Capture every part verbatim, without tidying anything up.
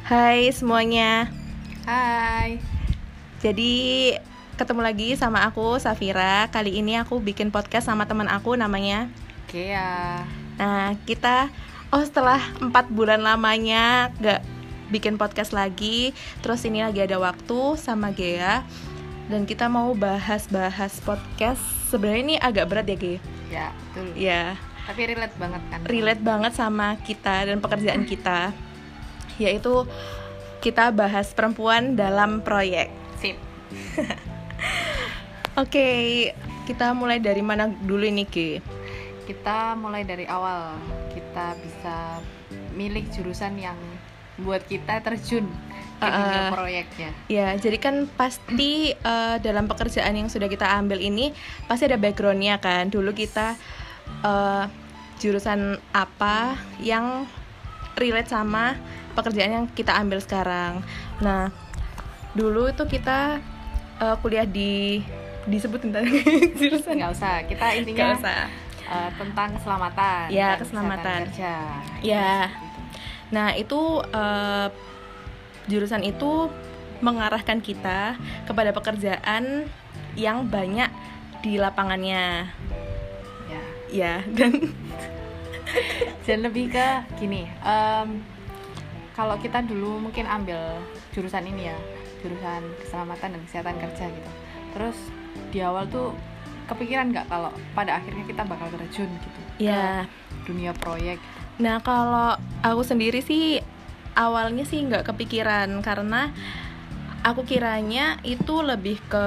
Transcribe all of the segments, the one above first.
Hai semuanya. Hai. Jadi ketemu lagi sama aku Safira. Kali ini aku bikin podcast sama teman aku namanya Gea. Nah kita Oh setelah empat bulan lamanya gak bikin podcast lagi, terus ini lagi ada waktu sama Gea, dan kita mau bahas-bahas podcast. Sebenarnya ini agak berat ya Ge. Ya betul. Ya. Tapi relate banget kan. Relate banget sama kita dan pekerjaan kita, yaitu kita bahas perempuan dalam proyek. Sip. Oke, kita mulai dari mana dulu ini Ge? Kita mulai dari awal. Kita bisa milih jurusan yang buat kita terjun ke Uh, dunia proyeknya. Ya, jadi kan pasti uh, dalam pekerjaan yang sudah kita ambil ini pasti ada backgroundnya kan. Dulu kita uh, jurusan apa yang relate sama pekerjaan yang kita ambil sekarang. Nah, dulu itu kita uh, kuliah di disebutin tentang jurusan. Nggak usah. Kita intinya Nggak usah. uh, tentang keselamatan. Ya, dan keselamatan. kesehatan kerja. Ya. Nah, itu uh, jurusan itu mengarahkan kita kepada pekerjaan yang banyak di lapangannya. Ya. Ya, dan Dan lebih ke gini, um, kalau kita dulu mungkin ambil jurusan ini ya, jurusan keselamatan dan kesehatan kerja gitu. Terus di awal tuh kepikiran nggak kalau pada akhirnya kita bakal terjun gitu ya. ke dunia proyek? Nah, kalau aku sendiri sih awalnya sih nggak kepikiran, karena aku kiranya itu lebih ke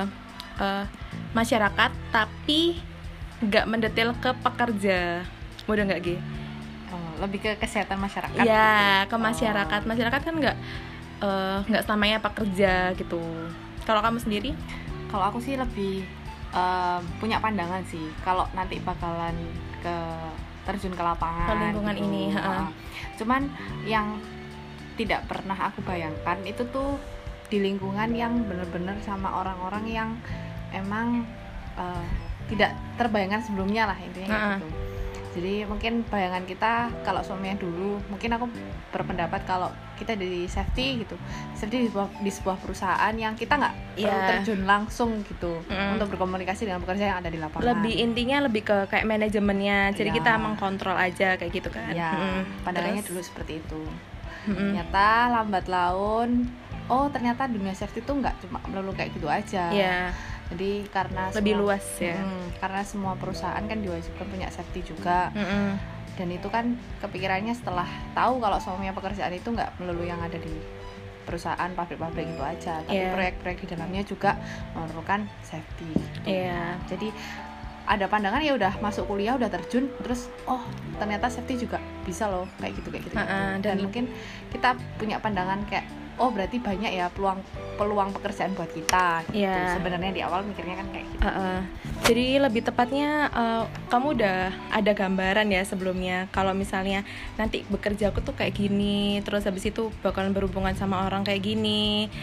uh, masyarakat tapi nggak mendetail ke pekerja. Udah nggak Gi? Oh, lebih ke kesehatan masyarakat. Ya, gitu. ke masyarakat. Oh. Masyarakat kan nggak uh, nggak selamanya pekerja gitu. Kalau kamu sendiri? Kalau aku sih lebih um, punya pandangan sih. Kalau nanti bakalan ke terjun ke lapangan. Ke lingkungan gitu. ini. Uh, cuman yang tidak pernah aku bayangkan itu tuh di lingkungan yang benar-benar sama orang-orang yang emang uh, tidak terbayangkan sebelumnya lah intinya kayak Uh-uh. gitu. Jadi mungkin bayangan kita kalau suaminya dulu, mungkin aku berpendapat kalau kita di safety gitu, safety di sebuah, di sebuah perusahaan yang kita nggak perlu Yeah. terjun langsung gitu Mm. untuk berkomunikasi dengan pekerja yang ada di lapangan. Lebih intinya lebih ke kayak manajemennya. Jadi Ya. kita mengkontrol aja kayak gitu kan. Ya, Mm. pandangannya Terus? dulu seperti itu. Mm-mm. Ternyata lambat laun, oh ternyata dunia safety tuh nggak cuma melulu kayak gitu aja. Ya, Jadi karena lebih semua, luas ya. hmm, karena semua perusahaan kan diwajibkan punya safety juga. Mm-mm. Dan itu kan kepikirannya setelah tahu kalau semuanya pekerjaan itu nggak melulu yang ada di perusahaan pabrik-pabrik itu aja, tapi Yeah. proyek-proyek di dalamnya juga memerlukan safety gitu. Iya. Jadi ada pandangan ya udah masuk kuliah udah terjun terus oh ternyata safety juga bisa loh kayak gitu kayak gitu, Uh-uh, dan, dan- mungkin kita punya pandangan kayak oh berarti banyak ya peluang peluang pekerjaan buat kita gitu. Iya. Sebenarnya di awal mikirnya kan kayak gitu. Uh-uh. Jadi lebih tepatnya uh, kamu udah ada gambaran ya sebelumnya kalau misalnya nanti bekerja aku tuh kayak gini, terus habis itu bakalan berhubungan sama orang kayak gini,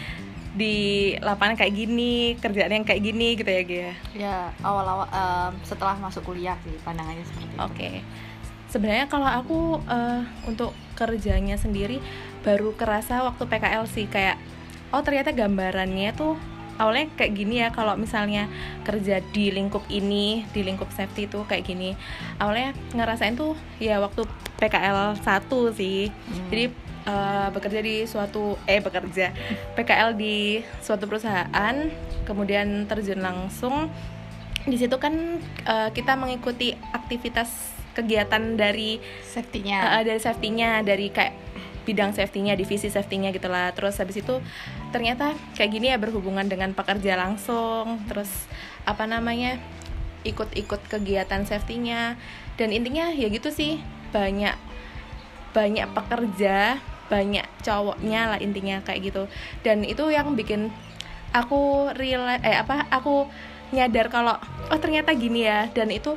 di lapangan kayak gini, kerjaan yang kayak gini gitu ya Gia. Ya awal-awal um, setelah masuk kuliah sih pandangannya seperti itu. Oke. Sebenarnya kalau aku uh, untuk kerjanya sendiri baru kerasa waktu P K L sih, kayak oh ternyata gambarannya tuh awalnya kayak gini ya. Kalau misalnya kerja di lingkup ini, di lingkup safety tuh kayak gini. Awalnya ngerasain tuh ya waktu P K L satu sih. Hmm. Jadi uh, bekerja di suatu eh bekerja P K L di suatu perusahaan, kemudian terjun langsung. Di situ kan uh, kita mengikuti aktivitas kegiatan dari Safety-nya. uh, dari safety-nya, dari kayak bidang safety-nya, divisi safety-nya gitulah. Terus habis itu ternyata kayak gini ya, berhubungan dengan pekerja langsung. Terus apa namanya, ikut-ikut kegiatan safety-nya. Dan intinya ya gitu sih, banyak banyak pekerja, banyak cowoknya lah intinya kayak gitu. Dan itu yang bikin aku real eh apa aku nyadar kalau oh ternyata gini ya. Dan itu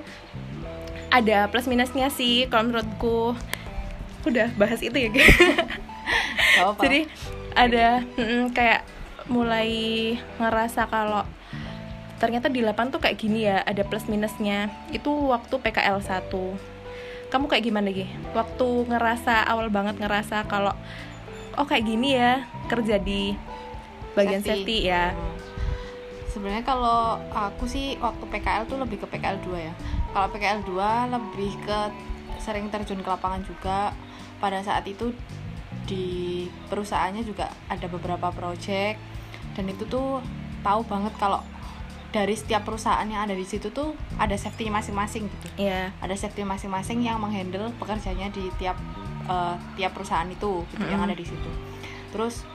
ada plus minusnya sih kalau menurutku. Udah bahas itu ya guys. Gak apa-apa. Jadi ada mm, kayak mulai ngerasa kalau ternyata di lapangan tuh kayak gini ya, ada plus minusnya. Itu waktu P K L satu. Kamu kayak gimana Gi? Waktu ngerasa awal banget ngerasa kalau oh kayak gini ya kerja di bagian safety, safety ya. Hmm. Sebenarnya kalau aku sih waktu P K L tuh lebih ke P K L dua ya. Kalau P K L dua lebih ke sering terjun ke lapangan juga. Pada saat itu di perusahaannya juga ada beberapa project, dan itu tuh tahu banget kalau dari setiap perusahaan yang ada di situ tuh ada safety masing-masing gitu. Yeah. Ada safety masing-masing yang menghandle pekerjaannya di tiap uh, tiap perusahaan itu gitu, mm-hmm. yang ada di situ. Terus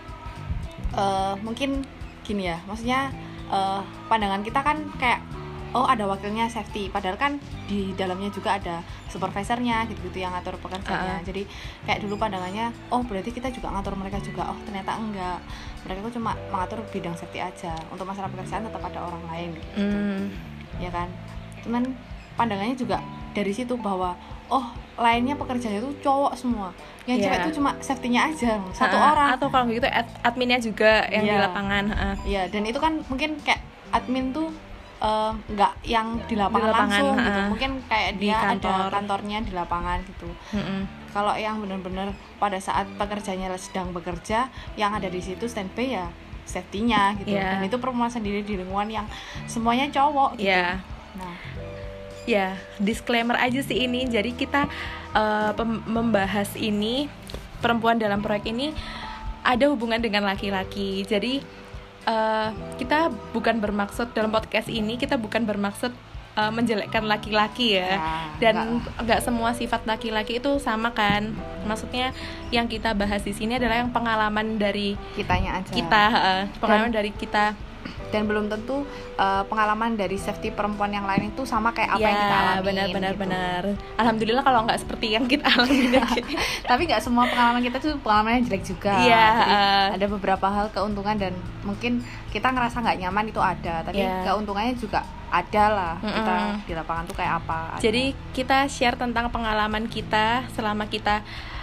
uh, mungkin gini ya, maksudnya uh, pandangan kita kan kayak oh ada wakilnya safety, padahal kan di dalamnya juga ada supervisornya gitu-gitu yang ngatur pekerjaannya. Uh-uh. Jadi kayak dulu pandangannya oh berarti kita juga ngatur mereka juga, oh ternyata enggak, mereka tuh cuma mengatur bidang safety aja, untuk masalah pekerjaan tetap ada orang lain gitu. Mm. Ya kan, cuman pandangannya juga dari situ bahwa oh lainnya pekerjaannya tuh cowok semua, yang yeah. cewek tuh cuma safety-nya aja satu uh, orang, atau kalau gitu ad- adminnya juga yang yeah. di lapangan. Iya uh. yeah, dan itu kan mungkin kayak admin tuh nggak uh, yang di lapangan, di lapangan langsung uh, gitu, mungkin kayak dia kantor. Ada kantornya di lapangan gitu. Mm-hmm. Kalau yang benar-benar pada saat pekerjanya sedang bekerja, yang ada di situ standby ya safety-nya gitu. Yeah. Dan itu perempuan sendiri di lingkungan yang semuanya cowok gitu. Yeah. Nah, ya yeah, disclaimer aja sih ini. Jadi kita uh, pem- membahas ini perempuan dalam proyek ini ada hubungan dengan laki-laki. Jadi Uh, kita bukan bermaksud dalam podcast ini kita bukan bermaksud uh, menjelekkan laki-laki ya, nah, dan nggak semua sifat laki-laki itu sama kan. Maksudnya yang kita bahas di sini adalah yang pengalaman dari kitanya aja. Kita uh, pengalaman dan, dari kita dan belum tentu uh, pengalaman dari safety perempuan yang lain itu sama kayak apa ya, yang kita alami. Benar-benar gitu. benar. Alhamdulillah kalau nggak seperti yang kita alami. Tapi nggak semua pengalaman kita tuh pengalaman yang jelek juga. Iya. Jadi, uh, ada beberapa hal keuntungan dan mungkin kita ngerasa nggak nyaman itu ada, tapi yeah. keuntungannya juga ada lah. Mm-mm. Kita di lapangan tuh kayak apa. Ada. Jadi kita share tentang pengalaman kita selama kita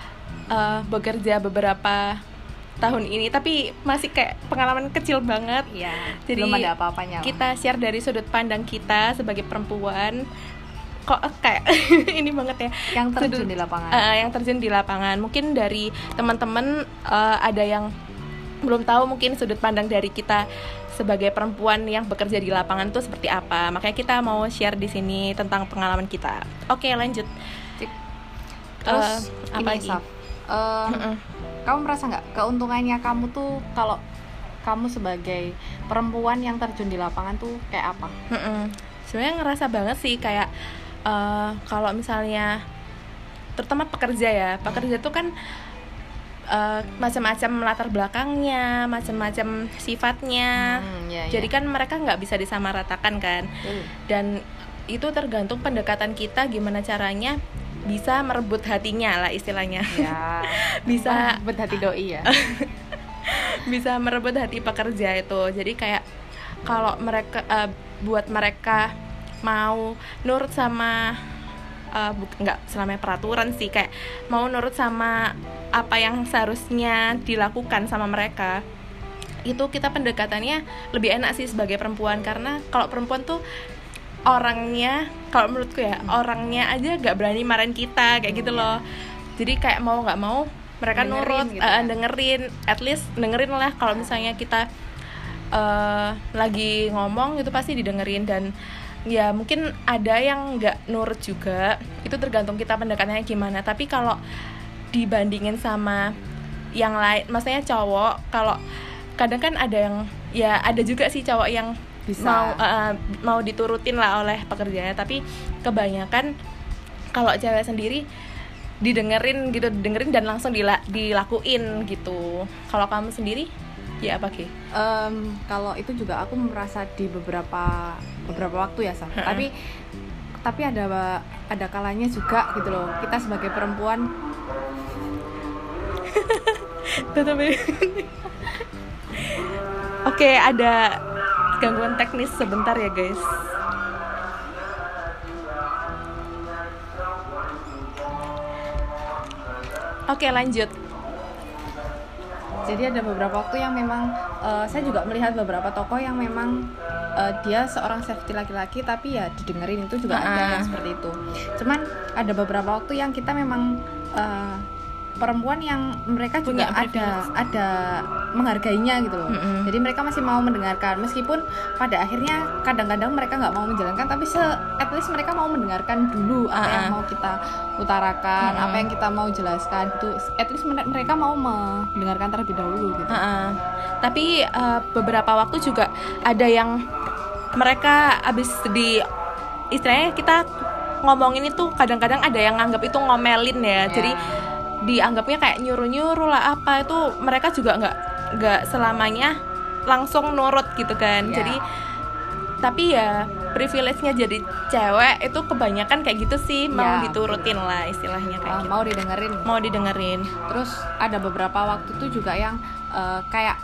uh, bekerja beberapa tahun ini, tapi masih kayak pengalaman kecil banget ya. Jadi belum ada apa-apanya. Kita share dari sudut pandang kita sebagai perempuan. Kok kayak ini banget ya. Yang terjun sudut, di lapangan. Uh, yang terjun di lapangan. Mungkin dari teman-teman uh, ada yang belum tahu mungkin sudut pandang dari kita sebagai perempuan yang bekerja di lapangan tuh seperti apa. Makanya kita mau share di sini tentang pengalaman kita. Oke, lanjut. Terus uh, apa lagi? Uh, kamu merasa nggak keuntungannya kamu tuh kalau kamu sebagai perempuan yang terjun di lapangan tuh kayak apa? Mm-mm. Sebenarnya ngerasa banget sih kayak uh, kalau misalnya terutama pekerja ya, pekerja tuh kan uh, macam-macam latar belakangnya, macam-macam sifatnya. Hmm, yeah, Jadi yeah. kan mereka nggak bisa disamaratakan kan. Mm. Dan itu tergantung pendekatan kita gimana caranya bisa merebut hatinya lah istilahnya. Ya, bisa merebut hati doi ya. Bisa merebut hati pekerja itu. Jadi kayak kalau mereka uh, buat mereka mau nurut sama uh, bu- nggak selamanya peraturan sih, kayak mau nurut sama apa yang seharusnya dilakukan sama mereka, itu kita pendekatannya lebih enak sih sebagai perempuan. Karena kalau perempuan tuh orangnya, kalau menurutku ya hmm. orangnya aja gak berani marahin kita kayak hmm, gitu loh. Jadi kayak mau nggak mau mereka dengerin, nurut, gitu uh, dengerin, at least dengerin lah. Kalau misalnya kita uh, lagi ngomong itu pasti didengerin. Dan ya mungkin ada yang nggak nurut juga, itu tergantung kita pendekatannya gimana. Tapi kalau dibandingin sama yang lain, maksudnya cowok, kalau kadang kan ada yang ya ada juga sih cowok yang bisa. mau uh, mau diturutin lah oleh pekerjaannya, tapi kebanyakan kalau cewek sendiri didengerin gitu, didengerin dan langsung dila- dilakuin gitu. Kalau kamu sendiri ya apa Ki? Um, kalau itu juga aku merasa di beberapa beberapa waktu ya Sa. tapi tapi ada ada kalanya juga gitu loh, kita sebagai perempuan Oke, ada gangguan teknis sebentar ya guys. Oke, lanjut. Jadi ada beberapa waktu yang memang uh, saya juga melihat beberapa tokoh yang memang uh, dia seorang safety laki-laki tapi ya didengerin, itu juga uh-uh. ada yang seperti itu. Cuman ada beberapa waktu yang kita memang uh, perempuan yang mereka juga Punya ada privilege. ada menghargainya gitu loh. Mm-mm. Jadi mereka masih mau mendengarkan meskipun pada akhirnya kadang-kadang mereka nggak mau menjalankan, tapi se at least mereka mau mendengarkan dulu apa yang Uh-uh. mau kita utarakan, Mm-mm. apa yang kita mau jelaskan gitu. At least mere- mereka mau mendengarkan terlebih dahulu gitu. Uh-uh. Tapi uh, beberapa waktu juga ada yang mereka abis di istilahnya kita ngomongin itu kadang-kadang ada yang nganggap itu ngomelin ya. Ya. Jadi dianggapnya kayak nyuruh-nyuruh lah apa, itu mereka juga nggak nggak selamanya langsung nurut gitu kan. Ya. Jadi tapi ya privilege-nya jadi cewek itu kebanyakan kayak gitu sih, mau Ya. diturutin lah istilahnya kayak Uh, gitu. mau didengerin. Mau didengerin. Terus ada beberapa waktu tuh juga yang uh, kayak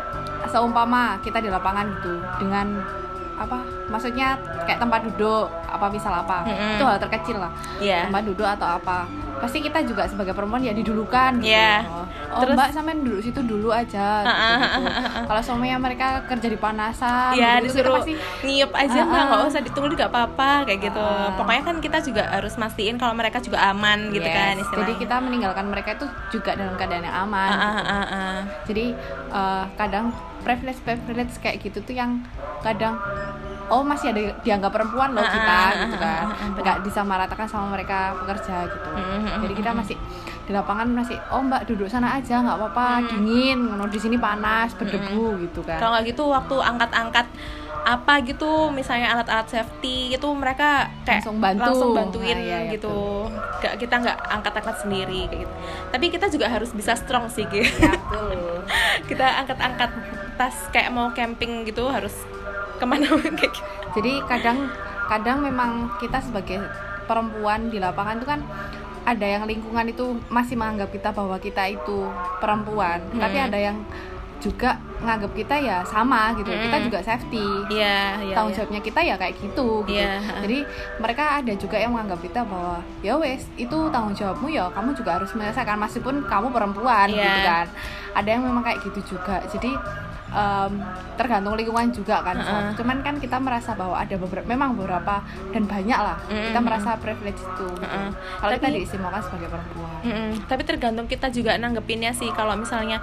seumpama kita di lapangan gitu dengan apa maksudnya kayak tempat duduk apa misal apa, Mm-mm. itu hal terkecil lah, Iya. tempat duduk atau apa, pasti kita juga sebagai perempuan ya didulukan gitu. Iya. Oh Terus- mbak sampean duduk situ dulu aja gitu, gitu. Kalau suaminya mereka kerja di panasan Ya gitu, kita disuruh pasti nyiup aja Ah, mah, ah. nggak usah ditunggu juga apa-apa kayak gitu. Ah. Pokoknya kan kita juga harus mastiin kalau mereka juga aman gitu Yes. kan istilahnya. Jadi kita meninggalkan mereka itu juga dalam keadaan yang aman. Ah, gitu. ah, ah, ah. Jadi uh, kadang privilege privilege kayak gitu tuh yang kadang oh masih ada dianggap perempuan loh Ah, kita ah, gitu ah, kan, ah, ah, nggak disamaratakan sama mereka pekerja gitu. Mm, Jadi kita masih di lapangan masih oh mbak duduk sana aja nggak apa-apa, dingin, ngono di sini panas berdebu gitu kan. Kalau nggak gitu waktu angkat-angkat apa gitu misalnya alat-alat safety gitu mereka kayak Langsung bantu. langsung bantuin Nah, iya, iya, gitu. Nggak, kita nggak angkat-angkat sendiri kayak gitu. Tapi kita juga harus bisa strong sih gitu. Ya, betul. Kita angkat-angkat tas kayak mau camping gitu harus kemana kayak gitu. Jadi kadang kadang memang kita sebagai perempuan di lapangan itu kan ada yang lingkungan itu masih menganggap kita bahwa kita itu perempuan, Hmm. tapi ada yang juga nganggap kita ya sama gitu, Hmm. kita juga safety. Iya, iya. Tanggung iya. jawabnya kita ya kayak gitu, gitu. Iya. Jadi mereka ada juga yang menganggap kita bahwa ya wes itu tanggung jawabmu ya kamu juga harus menyelesaikan meskipun kamu perempuan Iya. gitu kan. Ada yang memang kayak gitu juga. Jadi em, tergantung lingkungan juga kan. Uh-uh. Cuman kan kita merasa bahwa ada beberapa, memang beberapa dan banyak lah Mm-mm. kita merasa privilege itu. Gitu. Uh-uh. Kalau kita Tapi- diistimewakan sebagai perempuan. Mm-mm. Tapi tergantung kita juga nanggepinnya sih. Kalau misalnya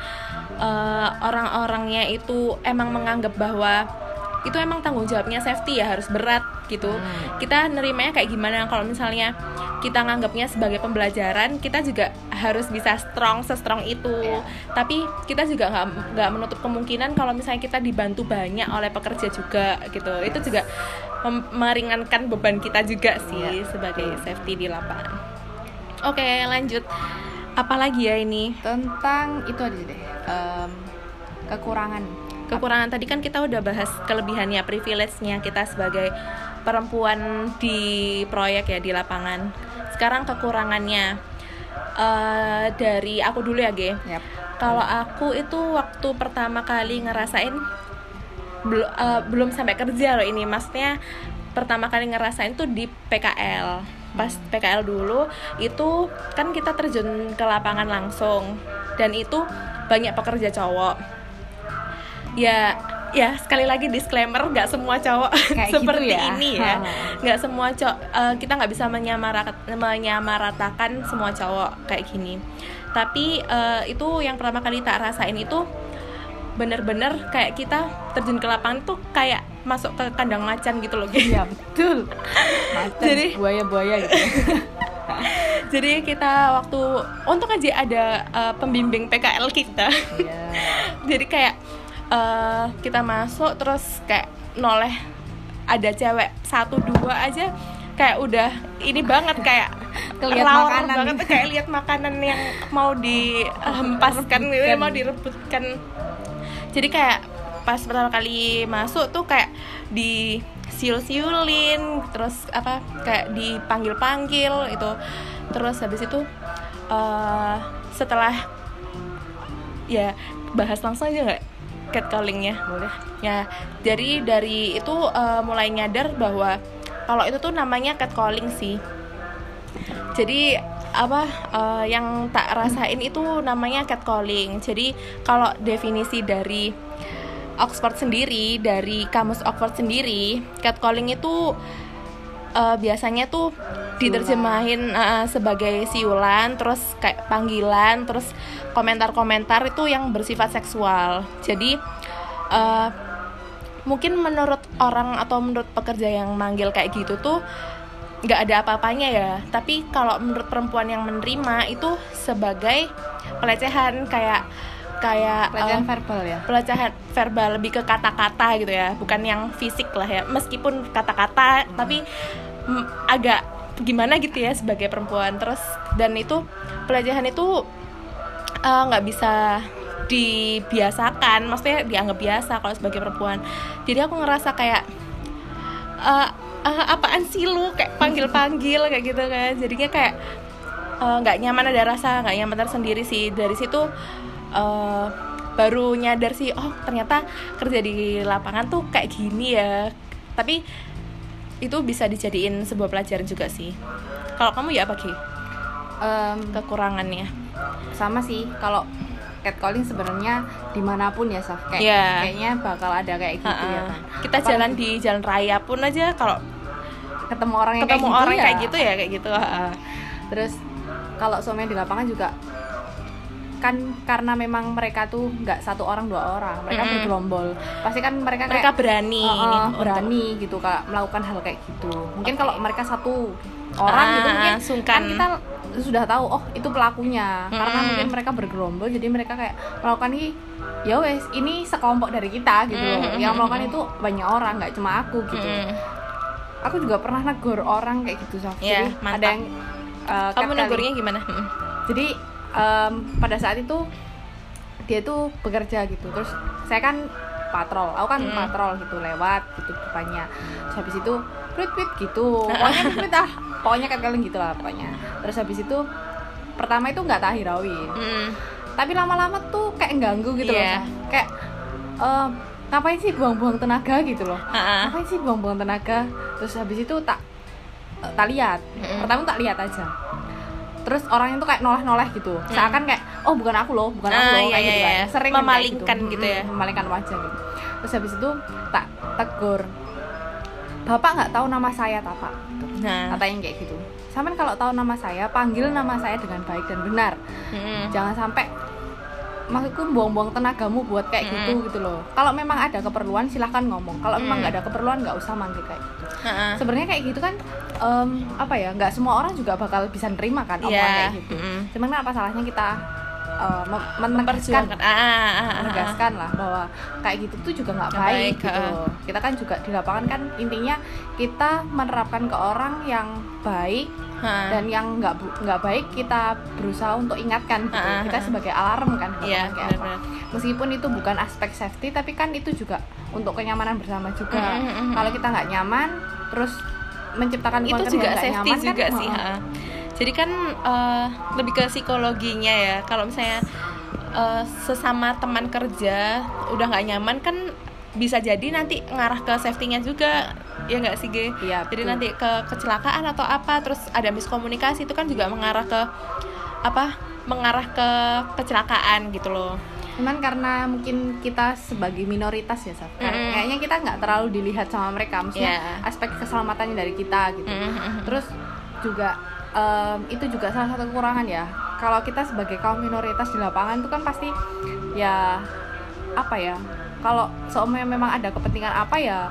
eh, orang-orangnya itu emang menganggap bahwa itu emang tanggung jawabnya safety ya harus berat gitu. Hmm. Kita nerimanya kayak gimana? Kalau misalnya kita nganggapnya sebagai pembelajaran, kita juga harus bisa strong, se-strong itu. Iya. Tapi kita juga nggak nggak menutup kemungkinan kalau misalnya kita dibantu banyak oleh pekerja juga gitu. Itu juga mem- meringankan beban kita juga sih Iya. sebagai safety di lapangan. Oke, lanjut. Apalagi ya ini? Tentang itu aja deh. em, kekurangan. Kekurangan tadi kan kita udah bahas kelebihannya, privilege-nya kita sebagai perempuan di proyek ya, di lapangan. Sekarang kekurangannya. Eh, dari aku dulu ya, Ge. Yap. Kalau aku itu waktu pertama kali ngerasain bel- eh, belum sampai kerja loh ini, maksudnya pertama kali ngerasain tuh di P K L. Pas P K L dulu itu kan kita terjun ke lapangan langsung dan itu banyak pekerja cowok. Ya, ya sekali lagi disclaimer, nggak semua cowok Kayak gitu seperti ya. ini ya. Nggak semua cowok, eh, kita nggak bisa menyamarat- menyamaratakan semua cowok kayak gini. Tapi eh, itu yang pertama kali tak rasain itu bener-bener kayak kita terjun ke lapangan tuh kayak masuk ke kandang macan gitu loh. Iya betul. Macan, Jadi- buaya-buaya gitu. Jadi kita waktu untung aja ada eh, pembimbing P K L kita. Iya. Jadi kayak eh, kita masuk terus kayak noleh ada cewek satu dua aja kayak udah ini banget kayak Kelihat laur makanan. banget tuh, kayak lihat makanan yang mau dihempaskan gitu, Rebutkan. mau direbutkan. Jadi kayak pas pertama kali masuk tuh kayak di siul-siulin, terus apa kayak dipanggil-panggil itu. Terus habis itu eh, setelah ya bahas langsung aja nggak catcallingnya? Boleh. Ya, jadi dari itu eh, mulai nyadar bahwa kalau itu tuh namanya catcalling sih. Jadi apa eh, yang tak rasain itu namanya catcalling. Jadi kalau definisi dari Oxford sendiri, dari kamus Oxford sendiri, catcalling itu eh, biasanya tuh diterjemahin uh, sebagai siulan, terus kayak panggilan, terus komentar-komentar itu yang bersifat seksual. Jadi uh, mungkin menurut orang atau menurut pekerja yang manggil kayak gitu tuh nggak ada apa-apanya ya, tapi kalau menurut perempuan yang menerima itu sebagai pelecehan, kayak kayak pelecehan uh, verbal ya, pelecehan verbal, lebih ke kata-kata gitu ya, bukan yang fisik lah ya, meskipun kata-kata hmm. tapi mm, agak gimana gitu ya sebagai perempuan. Terus dan itu pelecehan itu nggak uh, bisa dibiasakan, maksudnya dianggap biasa kalau sebagai perempuan. Jadi aku ngerasa kayak uh, uh, apaan sih lu, kayak panggil-panggil kayak gitu kan, jadinya kayak nggak uh, nyaman, ada rasa nggak nyaman tersendiri sih. Dari situ uh, baru nyadar sih, oh ternyata kerja di lapangan tuh kayak gini ya. Tapi itu bisa dijadiin sebuah pelajaran juga sih. Kalau kamu ya apa Ki? Um, kekurangannya sama sih, kalau catcalling sebenarnya dimanapun ya Saf, kayak yeah. kayaknya bakal ada kayak gitu uh-uh. ya kan. Kita apa, jalan di jalan raya pun aja kalau ketemu orang yang ketemu kayak orang gitu kayak ya. gitu ya kayak gitu. Uh-uh. Terus kalau suami di lapangan juga kan, karena memang mereka tuh nggak satu orang dua orang, mereka mm-hmm. bergerombol, pasti kan mereka mereka kayak berani uh, uh, berani untuk... gitu kak melakukan hal kayak gitu. Mungkin okay. kalau mereka satu ah, orang gitu mungkin sungkan. Kan kita sudah tahu oh itu pelakunya, mm-hmm. karena mungkin mereka bergerombol, jadi mereka kayak melakukan ini, ya wes ini sekelompok dari kita gitu loh, mm-hmm. yang melakukan itu banyak orang, nggak cuma aku gitu. Mm-hmm. Aku juga pernah negur orang kayak gitu Sof. Yeah, jadi mantap. ada yang uh, kamu negurnya gimana? Jadi um, pada saat itu dia tuh bekerja gitu, terus saya kan patrol, aku kan mm. patrol gitu lewat gitu depannya, terus habis itu tweet-tweet gitu, pokoknya tweet ah, pokoknya kayak kalian gitu lah pokoknya. Terus habis itu pertama itu nggak tak hirauin, mm. tapi lama-lama tuh kayak ganggu gitu yeah. loh, kayak uh, ngapain sih buang-buang tenaga gitu loh, uh-uh. ngapain sih buang-buang tenaga. Terus habis itu tak tak lihat, mm. pertama tak lihat aja. Terus orang itu kayak noleh-noleh gitu, hmm. seakan kayak oh bukan aku loh, bukan aku ah, loh, iya, kayak iya, gitu kan, iya. sering memalingkan gitu, gitu ya, memalingkan wajah gitu. Terus habis itu tak tegur, bapak nggak tahu nama saya tak pak, nah. katanya kayak gitu. Sampean kalau tahu nama saya, panggil nama saya dengan baik dan benar, hmm. jangan sampai maksudku buang-buang tenagamu buat kayak hmm. gitu gitu loh. Kalau memang ada keperluan silahkan ngomong, kalau hmm. memang nggak ada keperluan nggak usah manggil kayak gitu. Uh-uh. Sebenarnya kayak gitu kan um, apa ya, nggak semua orang juga bakal bisa nerima kan omongan yeah. kayak gitu. Mm-hmm. Cuman apa salahnya kita uh, menegaskan, ah, ah, ah, menegaskan lah bahwa kayak gitu tuh juga nggak baik, baik gitu loh. Kita kan juga di lapangan kan intinya kita menerapkan ke orang yang baik. Ha. Dan yang nggak nggak baik kita berusaha untuk ingatkan gitu. Ha, ha. Kita sebagai alarm kan, ya, kayak apa. Meskipun itu bukan aspek safety, tapi kan itu juga untuk kenyamanan bersama juga. Mm-hmm. Kalau kita nggak nyaman, terus menciptakan itu juga yang safety nyaman, juga kan, sih. Ha. Jadi kan uh, lebih ke psikologinya ya. Kalau misalnya uh, sesama teman kerja udah nggak nyaman kan bisa jadi nanti ngarah ke safety-nya juga, ya nggak sih Ge? Iya, jadi nanti ke kecelakaan atau apa, terus ada miskomunikasi, itu kan juga mengarah ke apa? Mengarah ke kecelakaan gitu loh. Cuman karena mungkin kita sebagai minoritas ya, Saf, mm-hmm. kayaknya kita nggak terlalu dilihat sama mereka, maksudnya yeah. aspek keselamatannya dari kita gitu. Mm-hmm. Terus juga um, itu juga salah satu kekurangan ya. Kalau kita sebagai kaum minoritas di lapangan itu kan pasti ya apa ya? Kalau seumpamanya memang ada kepentingan apa ya,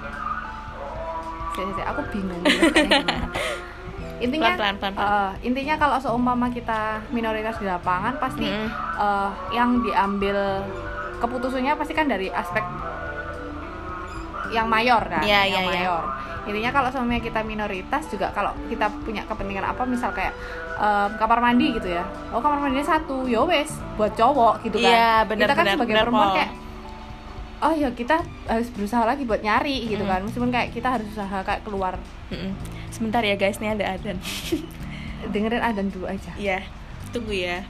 saya, saya aku bingung. Intinya, pelan, pelan, pelan. Uh, intinya kalau seumpama kita minoritas di lapangan pasti mm. uh, yang diambil keputusannya pasti kan dari aspek yang mayor kan, yeah, yang yeah, mayor. Yeah. Intinya kalau seumpamanya kita minoritas juga kalau kita punya kepentingan apa, misal kayak um, kamar mandi gitu ya, oh kamar mandinya satu, yo wes buat cowok gitu kan. Yeah, bener, kita kan bener, sebagai bener, perempuan Paul. kayak oh ya kita harus berusaha lagi buat nyari gitu mm. kan, meskipun kayak kita harus usaha kayak keluar. Mm-mm. Sebentar ya guys, nih ada adzan. Dengerin adzan dulu aja. Iya, tunggu ya.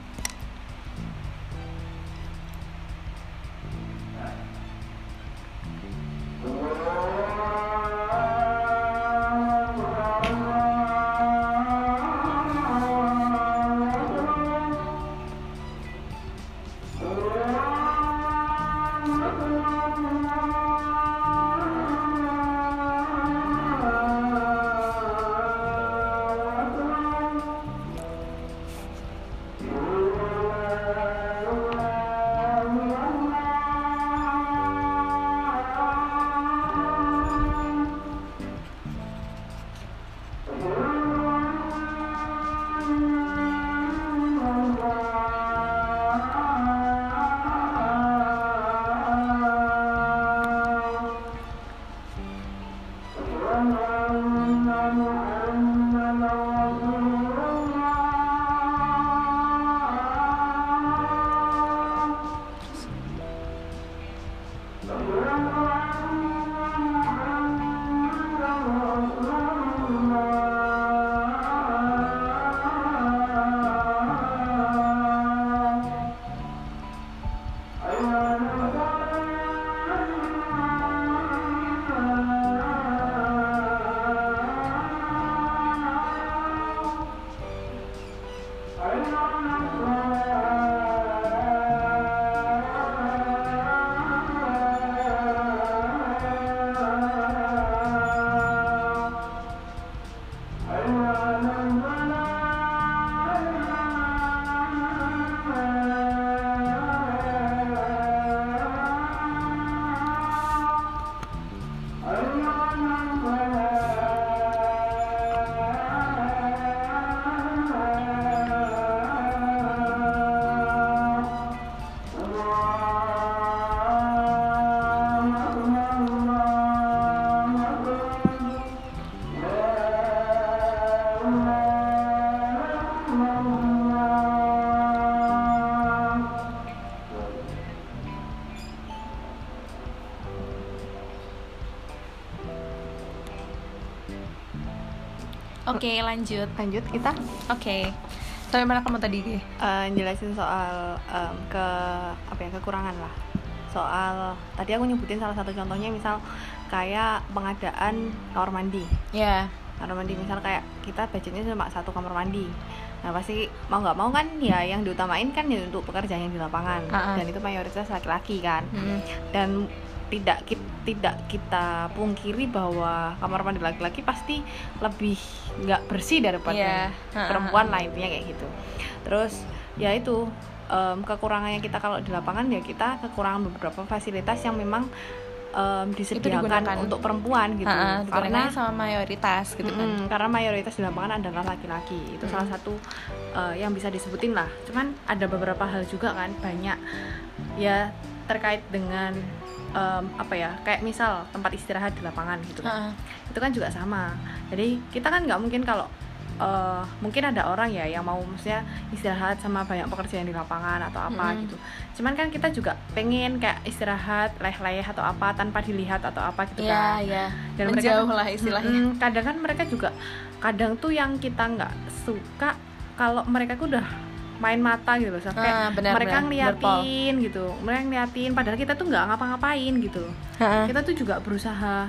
Oke, lanjut. Lanjut kita Oke. Sampai mana kamu tadi, Ge? uh, jelasin soal um, ke apa ya kekurangan lah. Soal tadi aku nyebutin salah satu contohnya misal kayak pengadaan kamar mandi. Ya. Kamar mandi misal kayak kita budgetnya cuma satu kamar mandi. Nah pasti mau nggak mau kan ya yang diutamain kan ya untuk pekerjaan yang di lapangan. Uh-uh. Dan itu mayoritas laki-laki kan. Hmm. Dan tidak kita, tidak kita pungkiri bahwa kamar mandi laki-laki pasti lebih nggak bersih daripada Yeah. Uh-uh. perempuan lah, intinya kayak gitu. Terus ya itu um, kekurangannya kita kalau di lapangan ya kita kekurangan beberapa fasilitas yang memang um, disediakan digunakan. untuk perempuan gitu. Uh-uh, Karena digunakannya sama mayoritas gitu kan. Mm, karena mayoritas di lapangan adalah laki-laki. Itu Mm. salah satu uh, yang bisa disebutin lah. Cuman ada beberapa hal juga kan, banyak ya terkait dengan um, apa ya, kayak misal tempat istirahat di lapangan gitu kan. Uh-uh. Itu kan juga sama. Jadi kita kan nggak mungkin kalau uh, mungkin ada orang ya yang mau maksudnya istirahat sama banyak pekerjaan di lapangan atau apa Mm-hmm. gitu. Cuman kan kita juga pengen kayak istirahat leh-leh atau apa tanpa dilihat atau apa gitu Ya, kan. ya. Dan mereka Menjauh kan- lah istilahnya. Mm-mm, kadang kan mereka juga kadang tuh yang kita nggak suka kalau mereka tuh udah main mata gitu loh, so, kayak Ah, benar, mereka benar. ngeliatin gitu, mereka ngeliatin padahal kita tuh nggak ngapa-ngapain gitu. Uh-uh. Kita tuh juga berusaha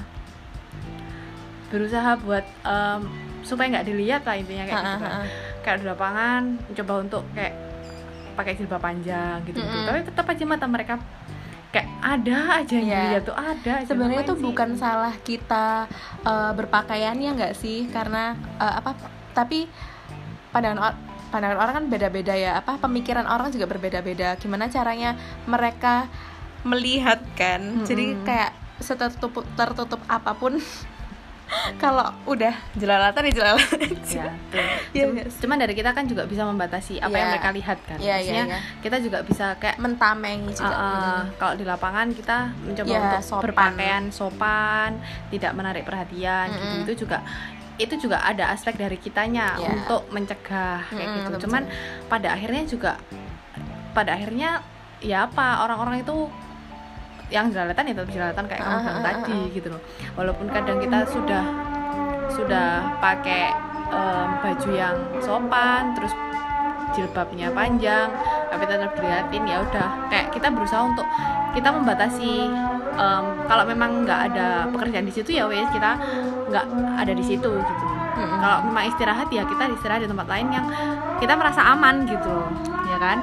berusaha buat em, supaya nggak dilihat lah intinya kayak gitu kan. Uh-uh. Kayak di lapangan coba untuk kayak pakai jilbab panjang gitu, gitu. Mm-mm. Tapi tetap aja mata mereka kayak ada aja yang Iya. dilihat tuh ada aja. Sebenarnya Ngapain itu sih? bukan salah kita uh, berpakaiannya nggak sih, karena uh, apa? Tapi pandangan or- pandangan orang kan beda-beda ya. Apa pemikiran orang juga berbeda-beda. Gimana caranya mereka melihat kan? Mm-mm. Jadi kayak setertutup tertutup apapun. Kalau udah jelalatan ya jelalatan aja. Ya, tuh. Iya Cum- nggak sih? Cuman dari kita kan juga bisa membatasi apa Iya. yang mereka lihat kan. Iya, iya, Maksudnya iya. kita juga bisa kayak Mentameng juga. uh, uh, kalau di lapangan kita mencoba Ya, untuk sopan. berpakaian sopan, tidak menarik perhatian gitu. Mm-mm. Itu juga itu juga ada aspek dari kitanya Iya. untuk mencegah kayak Mm-mm, gitu. betul, Cuman betul. pada akhirnya juga pada akhirnya ya apa orang-orang itu yang jelalatan ya tetap jelalatan kayak kamu Ah, bilang ah, ah, tadi ah. gitu loh. Walaupun kadang kita sudah sudah pakai em, baju yang sopan, terus jilbabnya panjang, tapi tetap dilihatin, ya udah kayak kita berusaha untuk kita membatasi em, kalau memang nggak ada pekerjaan di situ ya wes kita nggak ada di situ gitu. Mm-mm. Kalau memang istirahat ya kita istirahat di tempat lain yang kita merasa aman gitu, ya kan?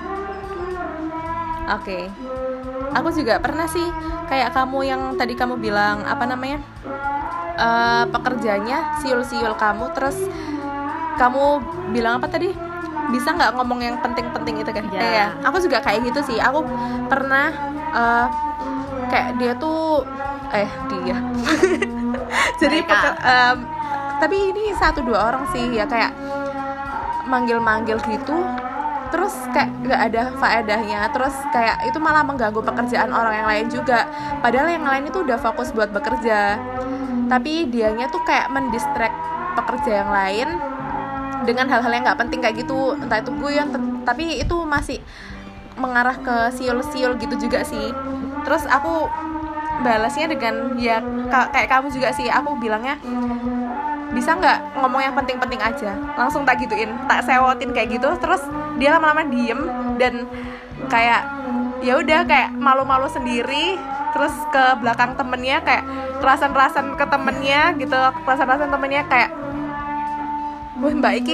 Oke. Aku juga pernah sih kayak kamu yang tadi kamu bilang apa namanya? Eh, pekerjaannya siul-siul kamu, terus kamu bilang apa tadi? Bisa nggak ngomong yang penting-penting itu kan? Iya. Eh, ya. Aku juga kayak gitu sih. Aku pernah eh, kayak dia tuh eh dia. Jadi Mereka. peker- em, tapi ini satu dua orang sih ya kayak manggil-manggil gitu. Terus kayak gak ada faedahnya, terus kayak itu malah mengganggu pekerjaan orang yang lain juga. Padahal yang lain itu udah fokus buat bekerja, tapi dianya tuh kayak mendistract pekerja yang lain dengan hal-hal yang nggak penting kayak gitu. Entah itu guyon, t- tapi itu masih mengarah ke siul-siul gitu juga sih. Terus aku balasnya dengan ya ka- kayak kamu juga sih. Aku bilangnya bisa nggak ngomong yang penting-penting aja, langsung tak gituin, tak sewotin kayak gitu. Terus dia lama-lama diem dan kayak ya udah kayak malu-malu sendiri, terus ke belakang temennya kayak kerasan-kerasan ke temennya gitu, kerasan-kerasan temennya kayak wah mbak iki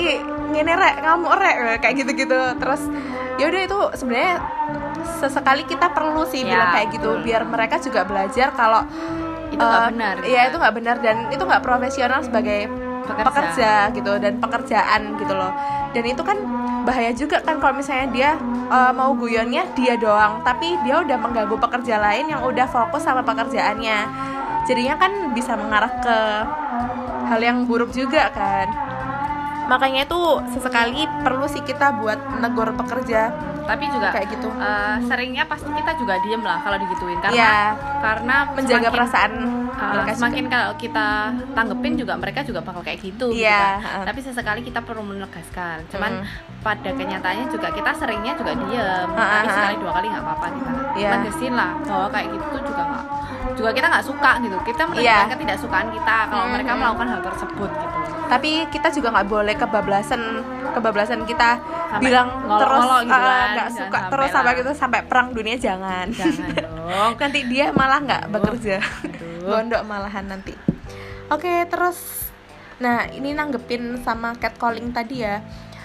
ngene rek ngamuk rek kayak gitu-gitu. Terus ya udah itu sebenarnya sesekali kita perlu sih ya, bilang kayak gitu betul. biar mereka juga belajar kalau itu nggak uh, benar. Iya itu nggak benar dan itu nggak profesional sebagai Pekerja. pekerja gitu dan pekerjaan gitu loh. Dan itu kan bahaya juga kan kalau misalnya dia uh, mau guyonnya dia doang, tapi dia udah mengganggu pekerja lain yang udah fokus sama pekerjaannya. Jadinya kan bisa mengarah ke hal yang buruk juga kan. Makanya itu sesekali perlu sih kita buat negur pekerja. Tapi juga kayak gitu. Uh, seringnya pasti kita juga diem lah kalau digituin karena ya, karena menjaga semakin, perasaan uh, mereka semakin juga. Kalau kita tanggepin juga mereka juga bakal kayak gitu. Ya, gitu kan. uh. Tapi sesekali kita perlu menegaskan. Cuman Hmm. pada kenyataannya juga kita seringnya juga diem. Uh, Tapi uh, sekali dua kali nggak apa-apa kita Yeah. tegesin lah bahwa kayak gitu juga nggak juga kita nggak suka gitu. Kita menunjukkan Yeah. ketidaksukaan kita kalau Hmm. mereka melakukan hal tersebut gitu. Tapi kita juga nggak boleh kebablasan kebablasan kita Sampai bilang terus ngolok-ngolok gitu uh, kan. nggak Jangan suka sampai terus lah. sampai gitu sampai perang dunia jangan. Jangan dong. Nanti dia malah nggak bekerja. Aduh. Gondok malahan nanti. Oke, terus nah ini nanggepin sama catcalling tadi ya.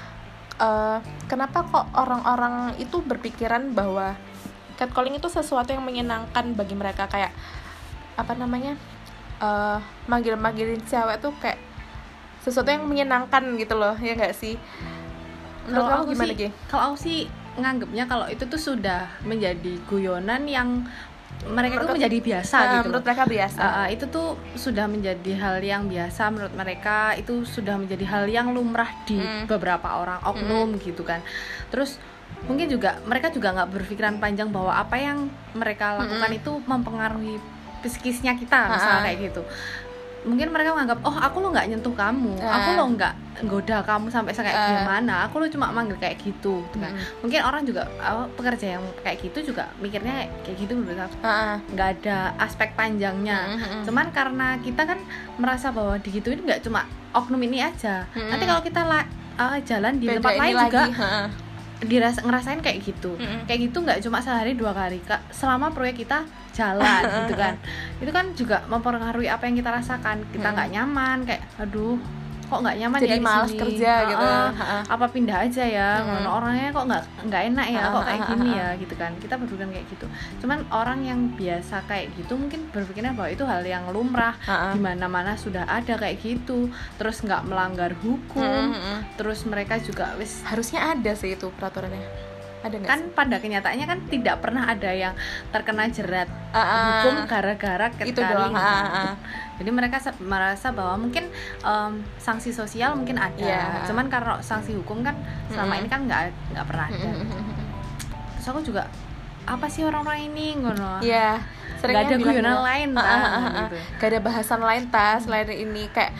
Uh, kenapa kok orang-orang itu berpikiran bahwa catcalling itu sesuatu yang menyenangkan bagi mereka, kayak apa namanya uh, manggil-manggilin cewek tuh kayak sesuatu yang menyenangkan gitu loh, ya nggak sih? Menurut Kalau kamu aku gimana sih, Gi? kalau aku sih nganggapnya kalau itu tuh sudah menjadi guyonan yang mereka Menurut- tuh menjadi biasa Uh, gitu. menurut mereka biasa. Uh, uh, itu tuh sudah menjadi hal yang biasa menurut mereka, itu sudah menjadi hal yang lumrah di Mm. beberapa orang oknum gitu kan. Terus mungkin juga mereka juga nggak berpikiran panjang bahwa apa yang mereka lakukan Mm-mm. itu mempengaruhi psikisnya kita, misalnya Ha-ha. kayak gitu. Mungkin mereka menganggap, oh aku lo nggak nyentuh kamu, Ah. aku lo nggak goda kamu sampai kayak Ah. gimana, aku lo cuma manggil kayak gitu, gitu kan. Mm-mm. Mungkin orang juga, oh, pekerja yang kayak gitu juga mikirnya kayak gitu menurut aku, Uh-uh. nggak ada aspek panjangnya. Mm-mm. Cuman karena kita kan merasa bahwa digituin nggak cuma oknum ini aja. Mm-mm. Nanti kalau kita la- uh, jalan di Beda tempat ini lain lagi. juga Ha-ha. dirasa ngerasain kayak gitu. Mm-mm. Kayak gitu nggak cuma sehari dua kali, Kak. Selama proyek kita jalan gitu kan. Itu kan juga mempengaruhi apa yang kita rasakan. Kita nggak nyaman, kayak aduh, kok nggak nyaman Jadi ya di malas sini. kerja gitu. Heeh. Ha-ha. Apa pindah aja ya? Mm-mm. Ngono, orangnya kok nggak nggak enak ya, kok kayak Ha-ha. gini ya gitu kan. Kita berpikiran kayak gitu. Cuman orang yang biasa kayak gitu mungkin berpikirnya bahwa itu hal yang lumrah. Ha-ha. Di mana-mana sudah ada kayak gitu. Terus nggak melanggar hukum. Mm-mm. Terus mereka juga wis Harusnya ada sih itu peraturannya. Ada nggak kan sih? pada kenyataannya kan tidak pernah ada yang terkena jerat Ah, ah. hukum gara-gara Itu doang. catcalling. Ah, ah. Jadi mereka se- merasa bahwa mungkin em, sanksi sosial mungkin ada, Iya. cuman karena sanksi hukum kan selama Mm-mm. ini kan nggak nggak pernah ada. Mm-mm. Terus aku juga apa sih orang-orang ini ngono? Iya. Nggak Seringnya ada bilang guyonan gitu. lain Ah, ta, ah, ah, ah. gitu. Gak ada bahasan lain tas selain ini, kayak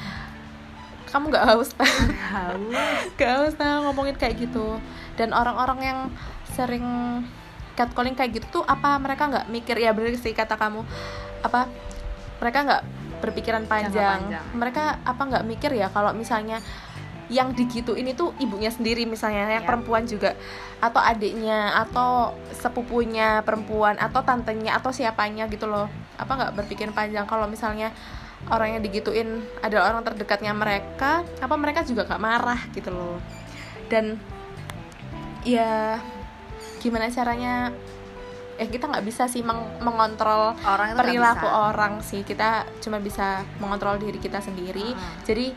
kamu nggak haus ta? Haus. Gak haus ta ngomongin kayak gitu. Dan orang-orang yang sering catcalling kayak gitu tuh apa mereka nggak mikir, ya bener sih kata kamu, apa mereka nggak berpikiran panjang. panjang. Mereka apa nggak mikir ya kalau misalnya yang digituin itu ibunya sendiri misalnya, yang Ya. perempuan juga, atau adiknya, atau sepupunya perempuan, atau tantenya, atau siapanya gitu loh. Apa nggak berpikir panjang kalau misalnya orang yang digituin adalah orang terdekatnya mereka, apa mereka juga nggak marah gitu loh. Dan ya gimana caranya, eh kita nggak bisa sih meng- mengontrol Orang itu nggak perilaku bisa. orang sih, kita cuma bisa mengontrol diri kita sendiri. Hmm. Jadi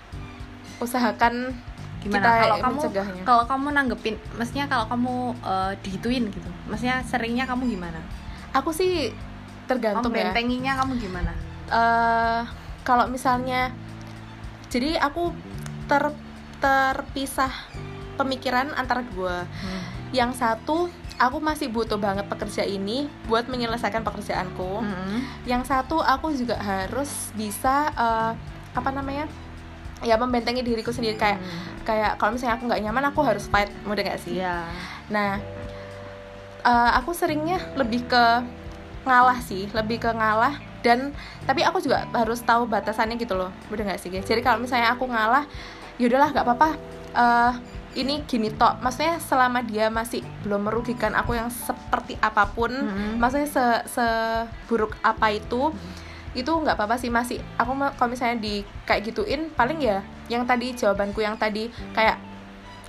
usahakan Gimana kita kalau kamu mencegahnya. kalau kamu nanggepin, maksudnya kalau kamu eh, digituin gitu, maksudnya seringnya kamu gimana? Aku sih tergantung ya. Membentenginya kamu gimana? Eh, kalau misalnya, jadi aku ter terpisah pemikiran antara dua. Hmm. Yang satu, aku masih butuh banget pekerja ini buat menyelesaikan pekerjaanku. Hmm. Yang satu, aku juga harus bisa eh, apa namanya, ya membentengi diriku sendiri, kayak Hmm. kayak kalau misalnya aku nggak nyaman, aku harus fight, mudah nggak sih? Iya. Nah, eh, aku seringnya lebih ke ngalah sih, lebih ke ngalah. Dan tapi aku juga harus tahu batasannya gitu loh, udah nggak sih guys? Jadi kalau misalnya aku ngalah, yaudahlah nggak apa-apa, eh ini gini tok, maksudnya selama dia masih belum merugikan aku yang seperti apapun, Mm-hmm. maksudnya se seburuk apa itu, itu nggak apa-apa sih. Masih aku ma- kalau misalnya di kayak gituin, paling ya yang tadi jawabanku yang tadi kayak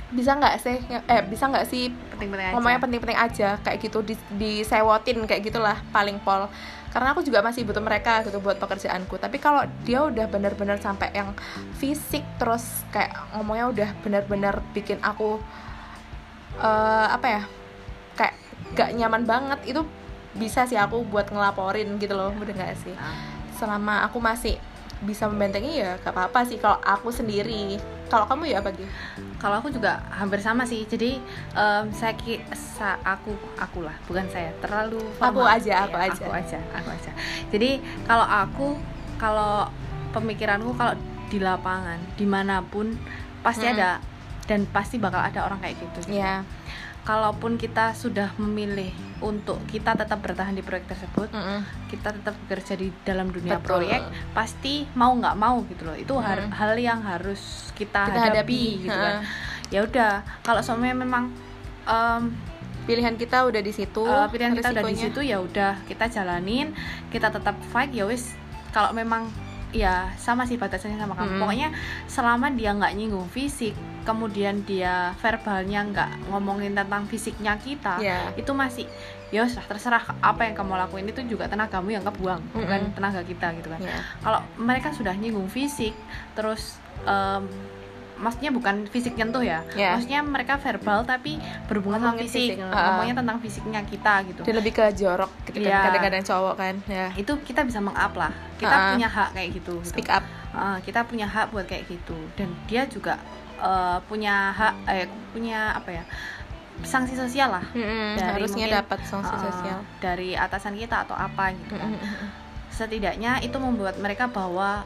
bisa nggak sih eh bisa nggak sih penting-penting aja. ngomongnya penting-penting aja kayak gitu, di disewotin kayak gitulah paling pol, karena aku juga masih butuh mereka gitu buat pekerjaanku. Tapi kalau dia udah benar-benar sampai yang fisik, terus kayak ngomongnya udah benar-benar bikin aku uh, apa ya kayak gak nyaman banget, itu bisa sih aku buat ngelaporin gitu loh, udah nggak sih. Selama aku masih bisa membentengi ya gak apa-apa sih kalau aku sendiri. Kalau kamu ya apa gitu? Kalau aku juga hampir sama sih. Jadi um, saya ki sa aku aku lah, bukan saya. Terlalu Aku formal. aja, aku ya, aja. Aku aja, aku aja. Jadi kalau aku, kalau pemikiranku kalau di lapangan dimanapun pasti hmm. ada, dan pasti bakal ada orang kayak gitu. Iya. Yeah. Kalaupun kita sudah memilih untuk kita tetap bertahan di proyek tersebut, mm-hmm. kita tetap bekerja di dalam dunia Betul. proyek, pasti mau nggak mau gitu loh. Itu mm-hmm. hal yang harus kita, kita hadapi, hadapi gitu kan. Ya udah, kalau semuanya memang um, pilihan kita udah di situ, uh, pilihan kita udah di situ, ya udah kita jalanin, kita tetap fight ya wis. Kalau memang ya sama sih batasannya sama kamu. Hmm. Pokoknya selama dia nggak nyinggung fisik, kemudian dia verbalnya nggak ngomongin tentang fisiknya kita, yeah. itu masih ya usah terserah apa yang kamu lakuin, itu juga tenagamu yang kebuang, mm-hmm. bukan tenaga kita gitu kan. Yeah. Kalau mereka sudah nyinggung fisik, terus um, maksudnya bukan fisik nyentuh ya, yeah. maksudnya mereka verbal tapi berhubungan sama fisik, fisik. Uh, ngomongnya tentang fisiknya kita gitu. Dan lebih ke jorok gitu yeah. kan, kadang-kadang cowok kan. Yeah. Itu kita bisa meng-up lah, kita uh-uh. punya hak kayak gitu. Speak gitu. up. Uh, kita punya hak buat kayak gitu, dan dia juga uh, punya hak, eh, punya apa ya? sanksi sosial lah. Mm-hmm. Dari harusnya mungkin, dapat sanksi uh, sosial dari atasan kita atau apa gitu kan. Mm-hmm. Setidaknya itu membuat mereka bahwa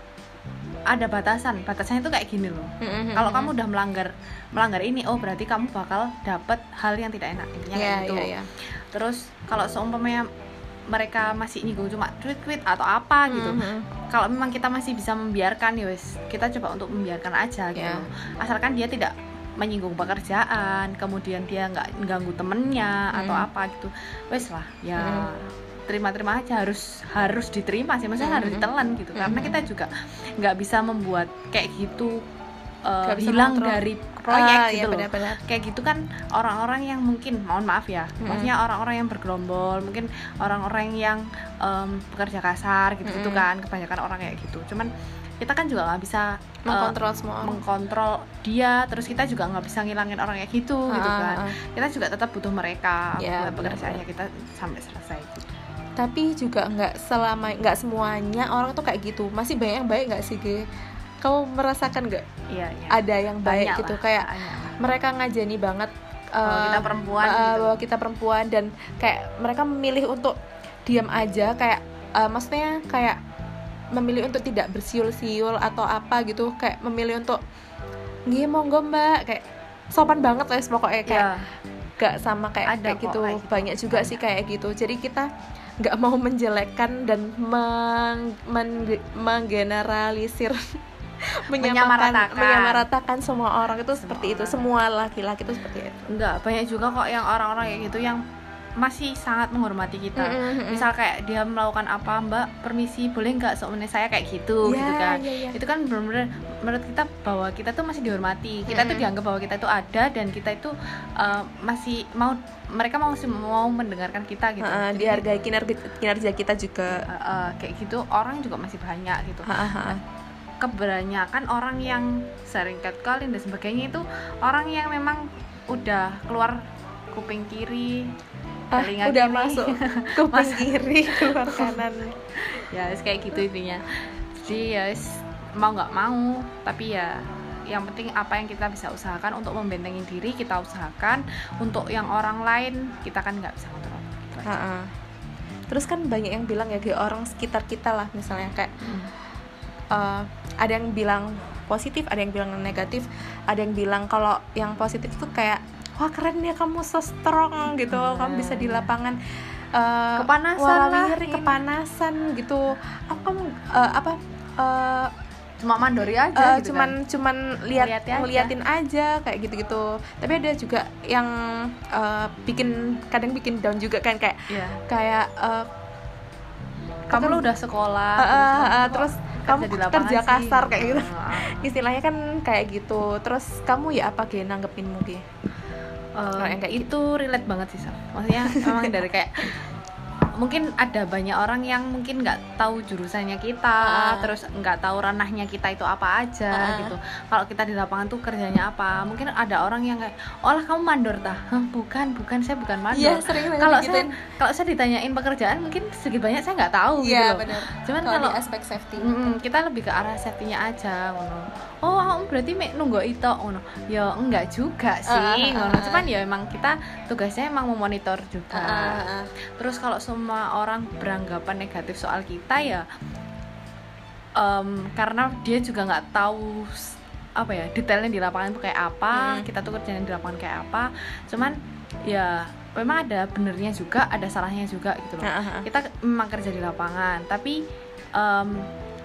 ada batasan, batasannya itu kayak gini loh. Mm-hmm. Kalau kamu udah melanggar melanggar ini, oh berarti kamu bakal dapat hal yang tidak enak, intinya yeah, kayak gitu. Yeah, yeah. Terus kalau seumpamanya mereka masih nyinggung cuma tweet-tweet atau apa gitu, mm-hmm. kalau memang kita masih bisa membiarkan ya wes, kita coba untuk membiarkan aja gitu. Yeah. Asalkan dia tidak menyinggung pekerjaan, kemudian dia nggak ganggu temennya mm. atau apa gitu, wes lah ya. Mm. terima-terima aja, harus harus diterima sih, maksudnya mm-hmm. harus ditelan gitu, mm-hmm. karena kita juga nggak bisa membuat kayak gitu uh, hilang kontrol. dari proyek ah, gitu ya, loh. Benar-benar. Kayak gitu kan orang-orang yang mungkin, mohon maaf ya, mm-hmm. maksudnya orang-orang yang bergerombol, mungkin orang-orang yang um, bekerja kasar gitu-gitu mm-hmm. kan, kebanyakan orang kayak gitu. Cuman kita kan juga nggak bisa mengkontrol uh, semua orang. mengkontrol dia, terus kita juga nggak bisa ngilangin orang kayak gitu ah, gitu kan. Ah. Kita juga tetap butuh mereka yeah, buat pekerjaannya kita sampai selesai gitu. Tapi juga nggak selama nggak semuanya orang tuh kayak gitu, masih banyak yang baik nggak sih Ge? Kamu merasakan nggak? Iya, iya. Ada yang baik banyak gitu lah, kayak banyak. Mereka ngajeni banget bahwa uh, kita perempuan, uh, gitu. bahwa kita perempuan, dan kayak mereka memilih untuk diam aja, kayak uh, maksudnya kayak memilih untuk tidak bersiul-siul atau apa gitu, kayak memilih untuk nggih monggo mbak, kayak sopan banget lah pokoknya kayak yeah. gak sama kayak, kayak gitu. Kayak banyak juga banyak. sih kayak gitu. Jadi kita nggak mau menjelekkan dan meng, men, menggeneralisir menyamaratakan menyamaratakan semua orang itu semua seperti orang. itu, semua laki-laki itu seperti itu. Enggak, banyak juga kok yang orang-orang kayak gitu yang masih sangat menghormati kita. Mm-hmm. Misal kayak dia melakukan apa, mbak permisi boleh nggak seumurnya saya kayak gitu, yeah, gitu kan. Yeah, yeah. Itu kan benar-benar menurut kita bahwa kita tuh masih dihormati, kita mm-hmm. tuh dianggap bahwa kita itu ada, dan kita itu uh, masih mau, mereka mau mau mendengarkan kita gitu. Uh, dihargai kinerja kinerja kita juga. Uh, uh, kayak gitu orang juga masih banyak gitu. Uh-huh. Nah, kebanyakan orang yang sering catcalling dan sebagainya itu orang yang memang udah keluar kuping kiri, ah, udah kiri. masuk kuping kiri, keluar kanan. Ya kayak gitu intinya. Jadi ya mau nggak mau, tapi ya yang penting apa yang kita bisa usahakan untuk membentengi diri kita usahakan. Untuk yang orang lain kita kan nggak bisa kontrol gitu aja. Terus kan banyak yang bilang ya kayak orang sekitar kita lah, misalnya kayak hmm. uh, ada yang bilang positif, ada yang bilang negatif, ada yang bilang kalau yang positif tuh kayak wah keren ya kamu so strong gitu, hmm, kamu bisa di lapangan uh, kepanasan lah, kepanasan gitu, apa kamu uh, apa uh, cuma mandori aja uh, gitu cuman kan? cuman lihat ngeliatin aja kayak gitu-gitu. Tapi ada juga yang uh, bikin kadang bikin down juga kan, kayak yeah. kayak uh, kamu lu udah sekolah uh, uh, uh, terus, terus kerja kamu di lapangan kerja sih. kasar kayak gitu. Uh, Istilahnya kan kayak gitu. Terus kamu ya apa Ge nanggepinmu Ge? uh, Kalau yang kayak itu relate banget sih Sal. Maksudnya memang dari kayak mungkin ada banyak orang yang mungkin nggak tahu jurusannya kita, uh. terus nggak tahu ranahnya kita itu apa aja uh. gitu. Kalau kita di lapangan tuh kerjanya apa? Mungkin ada orang yang kayak, oh lah kamu mandor tah? Huh, bukan, bukan saya bukan mandor. Iya, sering kalau saya kalau saya ditanyain pekerjaan mungkin sedikit banyak saya nggak tahu gitu. Iya benar. Cuman kalau aspek safety, mm, kita lebih ke arah safety-nya aja, ngono. Oh, kamu berarti mek nunggu itu, ngono. Ya enggak juga sih, uh, uh, ngono. Cuman ya emang kita tugasnya emang memonitor juga. Uh, uh, uh. Terus kalau semua orang beranggapan negatif soal kita ya um, karena dia juga nggak tahu apa ya detailnya di lapangan itu kayak apa, hmm. kita tuh kerjanya di lapangan kayak apa. Cuman ya memang ada benernya juga, ada salahnya juga gitu loh. Uh, uh. Kita memang kerja di lapangan, tapi um,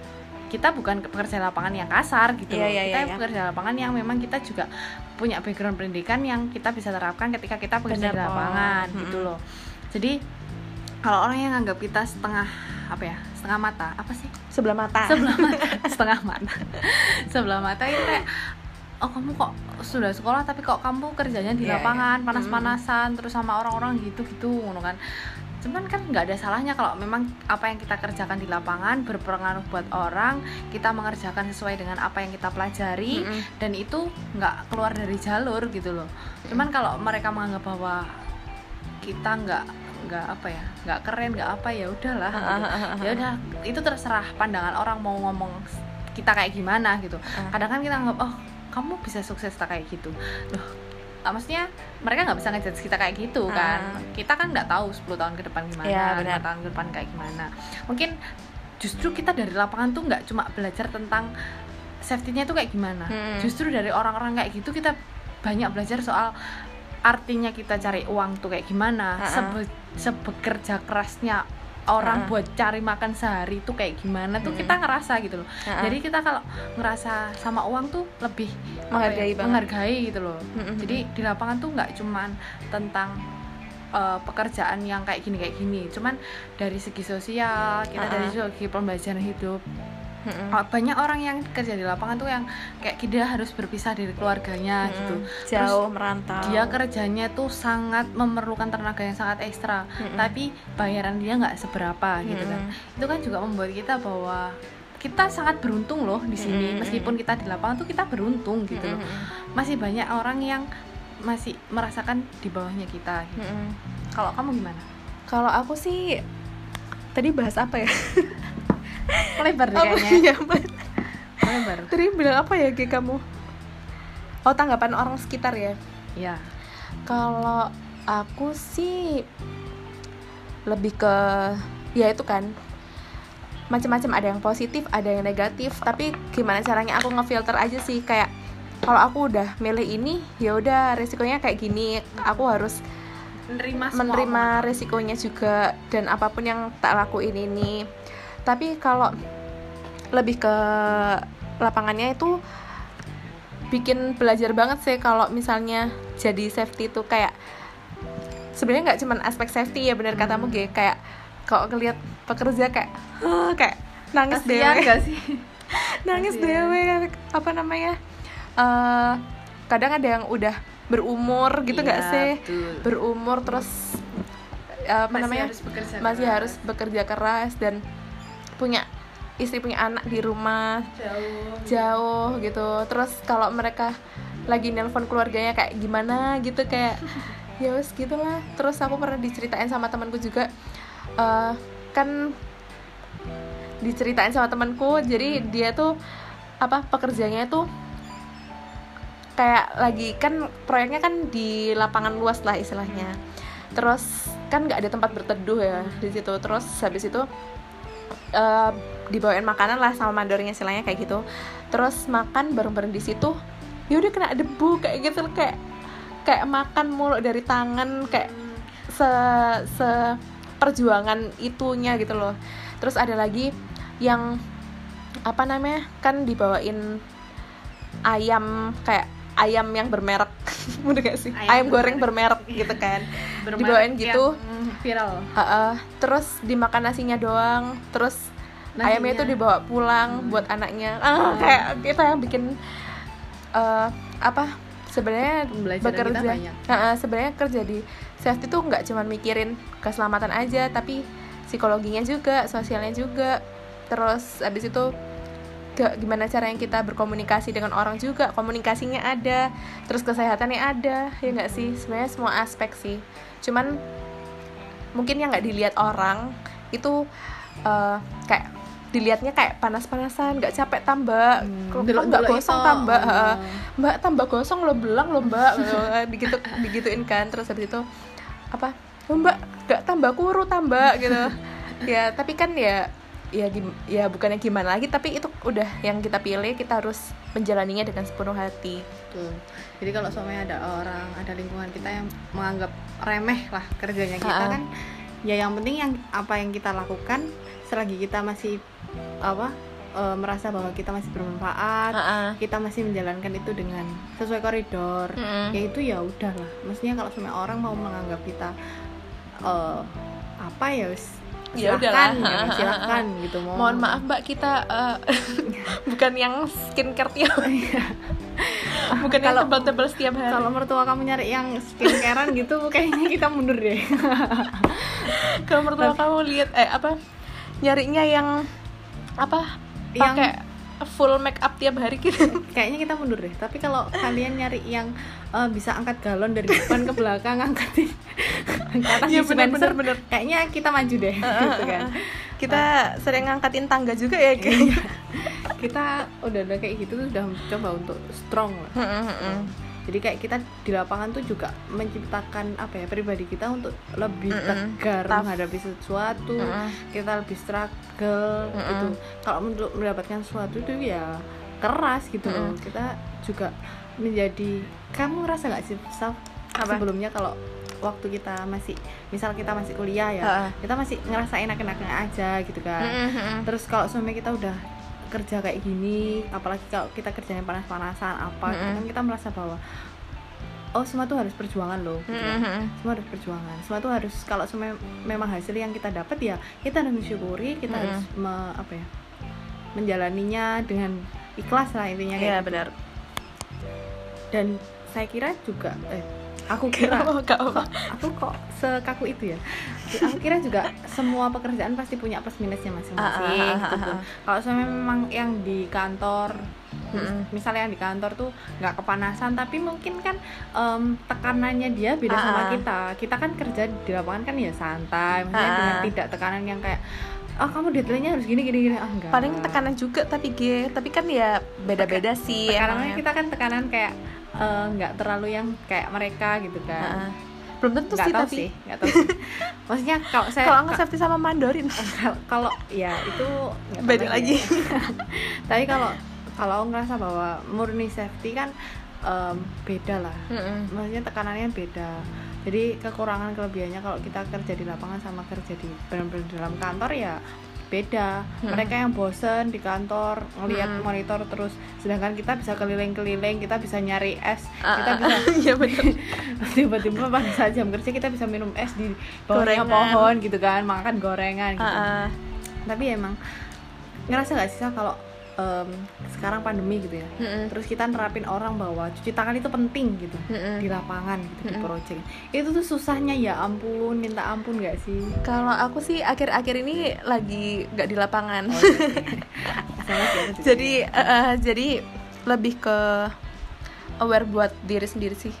kita bukan pekerja lapangan yang kasar gitu yeah, loh. Yeah, kita yeah, pekerja yeah. lapangan yang memang kita juga punya background pendidikan yang kita bisa terapkan ketika kita bekerja di lapangan oh. gitu loh. Jadi kalau orang yang anggap kita setengah apa ya, setengah mata, apa sih? Sebelah mata. Sebelah mata, setengah mata. Sebelah mata itu kayak, oh kamu kok sudah sekolah tapi kok kamu kerjanya di yeah, lapangan, yeah. panas-panasan, mm. terus sama orang-orang gitu-gitu, ngono kan. Cuman kan nggak ada salahnya kalau memang apa yang kita kerjakan di lapangan berpengaruh buat orang, kita mengerjakan sesuai dengan apa yang kita pelajari, mm-hmm. dan itu nggak keluar dari jalur gitu loh. Cuman kalau mereka menganggap bahwa kita nggak nggak apa ya, nggak keren, nggak apa, ya udahlah gitu. Ya udah, itu terserah pandangan orang mau ngomong kita kayak gimana gitu. Kadang kan kita anggap, oh kamu bisa sukses tak kayak gitu loh. Ah, maksudnya mereka nggak bisa ngejudge kita kayak gitu kan. Ah. Kita kan nggak tahu sepuluh tahun ke depan gimana, ya, lima tahun ke depan kayak gimana. Mungkin justru kita dari lapangan tuh nggak cuma belajar tentang safety-nya tuh kayak gimana. Hmm. Justru dari orang-orang kayak gitu kita banyak belajar soal artinya kita cari uang tuh kayak gimana, uh-uh. Sebe- sebekerja kerasnya orang uh-uh. buat cari makan sehari tuh kayak gimana tuh uh-uh. kita ngerasa gitu loh. Uh-uh. Jadi kita kalau ngerasa sama uang tuh lebih menghargai, ya, menghargai gitu loh. Uh-uh. Jadi di lapangan tuh nggak cuman tentang uh, pekerjaan yang kayak gini kayak gini, cuman dari segi sosial kita, uh-uh. dari segi pembelajaran hidup. Mm-hmm. Banyak orang yang kerja di lapangan tuh yang kayak dia harus berpisah dari keluarganya, mm-hmm. gitu, jauh terus merantau. Dia kerjanya tuh sangat memerlukan tenaga yang sangat ekstra, mm-hmm. tapi bayaran dia nggak seberapa, mm-hmm. gitu kan. Itu kan juga membuat kita bahwa kita sangat beruntung loh di sini, mm-hmm. meskipun kita di lapangan tuh kita beruntung gitu, mm-hmm. loh. Masih banyak orang yang masih merasakan di bawahnya kita. Gitu. Mm-hmm. Kalau kamu gimana? Kalau aku sih tadi bahas apa ya? Lebar deh kayaknya. Lebar. Tadi bilang apa ya kayak kamu? Oh, tanggapan orang sekitar ya? Iya. Kalau aku sih lebih ke ya itu kan macam-macam, ada yang positif, ada yang negatif, tapi gimana caranya aku ngefilter aja sih. Kayak kalau aku udah milih ini, ya udah resikonya kayak gini, aku harus menerima menerima resikonya juga, dan apapun yang tak lakuin ini. Tapi kalau lebih ke lapangannya itu bikin belajar banget sih. Kalau misalnya jadi safety itu kayak sebenarnya nggak cuma aspek safety ya, benar hmm. katamu Ge, kayak kalau ngeliat pekerja kayak huh, kayak nangis dewe gak sih? nangis dewe apa namanya uh, kadang ada yang udah berumur gitu nggak ya, sih betul. Berumur terus uh, apa masih namanya harus bekerja masih keras. harus bekerja keras dan punya istri, punya anak di rumah jauh jauh gitu. Terus kalau mereka lagi nelpon keluarganya kayak gimana gitu, kayak ya wes gitulah. Terus aku pernah diceritain sama temanku juga, uh, kan diceritain sama temanku, jadi dia tuh apa pekerjaannya tuh kayak lagi kan proyeknya kan di lapangan luas lah istilahnya. Terus kan nggak ada tempat berteduh ya di situ. Terus habis itu Uh, dibawain makanan lah sama mandornya istilahnya kayak gitu. Terus makan bareng-bareng di situ, ya udah kena debu kayak gitu, kayak kayak makan mulu dari tangan, kayak se se perjuangan itunya gitu loh. Terus ada lagi yang apa namanya kan dibawain ayam, kayak ayam yang bermerek. Udah gak sih? Ayam Ayam goreng bermerek. bermerek gitu kan. Bermerek Dibawain yang gitu. viral. Uh, uh, terus dimakan nasinya doang, terus Nasinya. ayamnya itu dibawa pulang hmm. buat anaknya. Ah, kayak kita yang bikin uh, apa? Sebenarnya bekerja. Uh, uh, sebenarnya kerja di safety tuh nggak cuma mikirin keselamatan aja, tapi psikologinya juga, sosialnya juga. Terus abis itu ke, gimana cara yang kita berkomunikasi dengan orang juga, komunikasinya ada, terus kesehatannya ada, ya nggak sih? Sebenarnya semua aspek sih. Cuman mungkin yang nggak dilihat orang itu uh, kayak dilihatnya kayak panas-panasan, nggak capek tambah, hmm, kalau nggak gosong tambah, oh. Mbak tambah gosong lo belang lo mbak, begitu digituin kan. Terus habis itu apa? Oh, mbak nggak tambah kuru tambah gitu. Ya tapi kan ya ya ya bukannya gimana lagi, tapi itu udah yang kita pilih, kita harus menjalaninya dengan sepenuh hati. Betul. Jadi kalau soalnya ada orang, ada lingkungan kita yang menganggap remeh lah kerjanya kita, Ha-ha. kan ya yang penting yang apa yang kita lakukan selagi kita masih apa e, merasa bahwa kita masih bermanfaat, Ha-ha. kita masih menjalankan itu dengan sesuai koridor, mm-hmm. ya itu ya udahlah. Maksudnya kalau semua orang mau menganggap kita e, apa ya ya udahlah, ya, silakan gitu. Mau. Mohon maaf mbak, kita uh, bukan yang skincare tiap bukan kalau tebal-tebal setiap hari. Kalau mertua kamu nyari yang skincarean gitu, kayaknya kita mundur deh. Kalau mertua kamu lihat eh apa nyarinya yang apa pakai full make up tiap hari gitu, kayaknya kita mundur deh. Tapi kalau kalian nyari yang uh, bisa angkat galon dari depan ke belakang, angkatin ke atas ya, dispenser, bener, bener. Kayaknya kita maju deh, uh, gitu kan. Kita uh, sering ngangkatin tangga juga ya kayaknya. Kita udah udah kayak gitu sudah coba untuk strong lah. Jadi kayak kita di lapangan tuh juga menciptakan apa ya, pribadi kita untuk lebih Mm-mm. tegar Tough. menghadapi sesuatu. Mm-mm. Kita lebih struggle Mm-mm. gitu. Kalau untuk mendapatkan sesuatu itu ya keras gitu loh. Kita juga menjadi, kamu ngerasa nggak sih Saf, sebelumnya kalau waktu kita masih, misal kita masih kuliah ya, uh-uh. kita masih ngerasa enak-enaknya aja gitu kan. Mm-hmm. Terus kalau suami kita udah kerja kayak gini, apalagi kalau kita kerjanya panas-panasan apa, mm-hmm. kan kita merasa bahwa oh semua tuh harus perjuangan loh, gitu mm-hmm. kan? Semua harus perjuangan, semua tuh harus, kalau semua memang hasil yang kita dapat ya kita harus mensyukuri, kita mm-hmm. harus me, apa ya, menjalaninya dengan ikhlas lah intinya kayak yeah, gitu. Benar. Dan saya kira juga eh aku kira kok, aku kok sekaku itu ya. Aku kira juga semua pekerjaan pasti punya plus minusnya masing-masing. Uh, uh, uh, uh, gitu. Kalau saya memang yang di kantor, hmm. misalnya yang di kantor tuh nggak kepanasan, tapi mungkin kan um, tekanannya dia beda uh, sama kita. Kita kan kerja di lapangan kan ya santai, maksudnya uh, dengan tidak tekanan yang kayak oh kamu deadline-nya harus gini gini gini. Ah, enggak. Paling tekanan juga tapi G, tapi kan ya beda-beda Teka- sih. Tekanannya kita kan tekanan kayak nggak uh, terlalu yang kayak mereka gitu kan. Uh, belum tentu gak sih tahu tapi sih, nggak tahu sih. Maksudnya kalau saya kalau nggak safety sama Mandarin kalau ya itu beda lagi. Tapi kalau kalau ngerasa bahwa murni safety kan um, beda lah. Mm-hmm. Maksudnya tekanannya beda. Jadi kekurangan kelebihannya kalau kita kerja di lapangan sama kerja di benar-benar dalam kantor ya beda. Hmm. Mereka yang bosen di kantor ngelihat hmm. monitor terus, sedangkan kita bisa keliling-keliling, kita bisa nyari es, uh, kita bisa ya benar. Tiba-tiba pada saat jam kerja kita bisa minum es di bawahnya pohon gitu kan, makan gorengan gitu. Uh, uh. Tapi emang ngerasa nggak sih kalau um, sekarang pandemi gitu ya, mm-mm. terus kita nerapin orang bahwa cuci tangan itu penting gitu, mm-mm. di lapangan gitu, mm-mm. di project itu tuh susahnya ya ampun, minta ampun nggak sih? Kalau aku sih akhir-akhir ini lagi nggak di lapangan. Oh, okay. jadi uh, jadi lebih ke aware buat diri sendiri sih.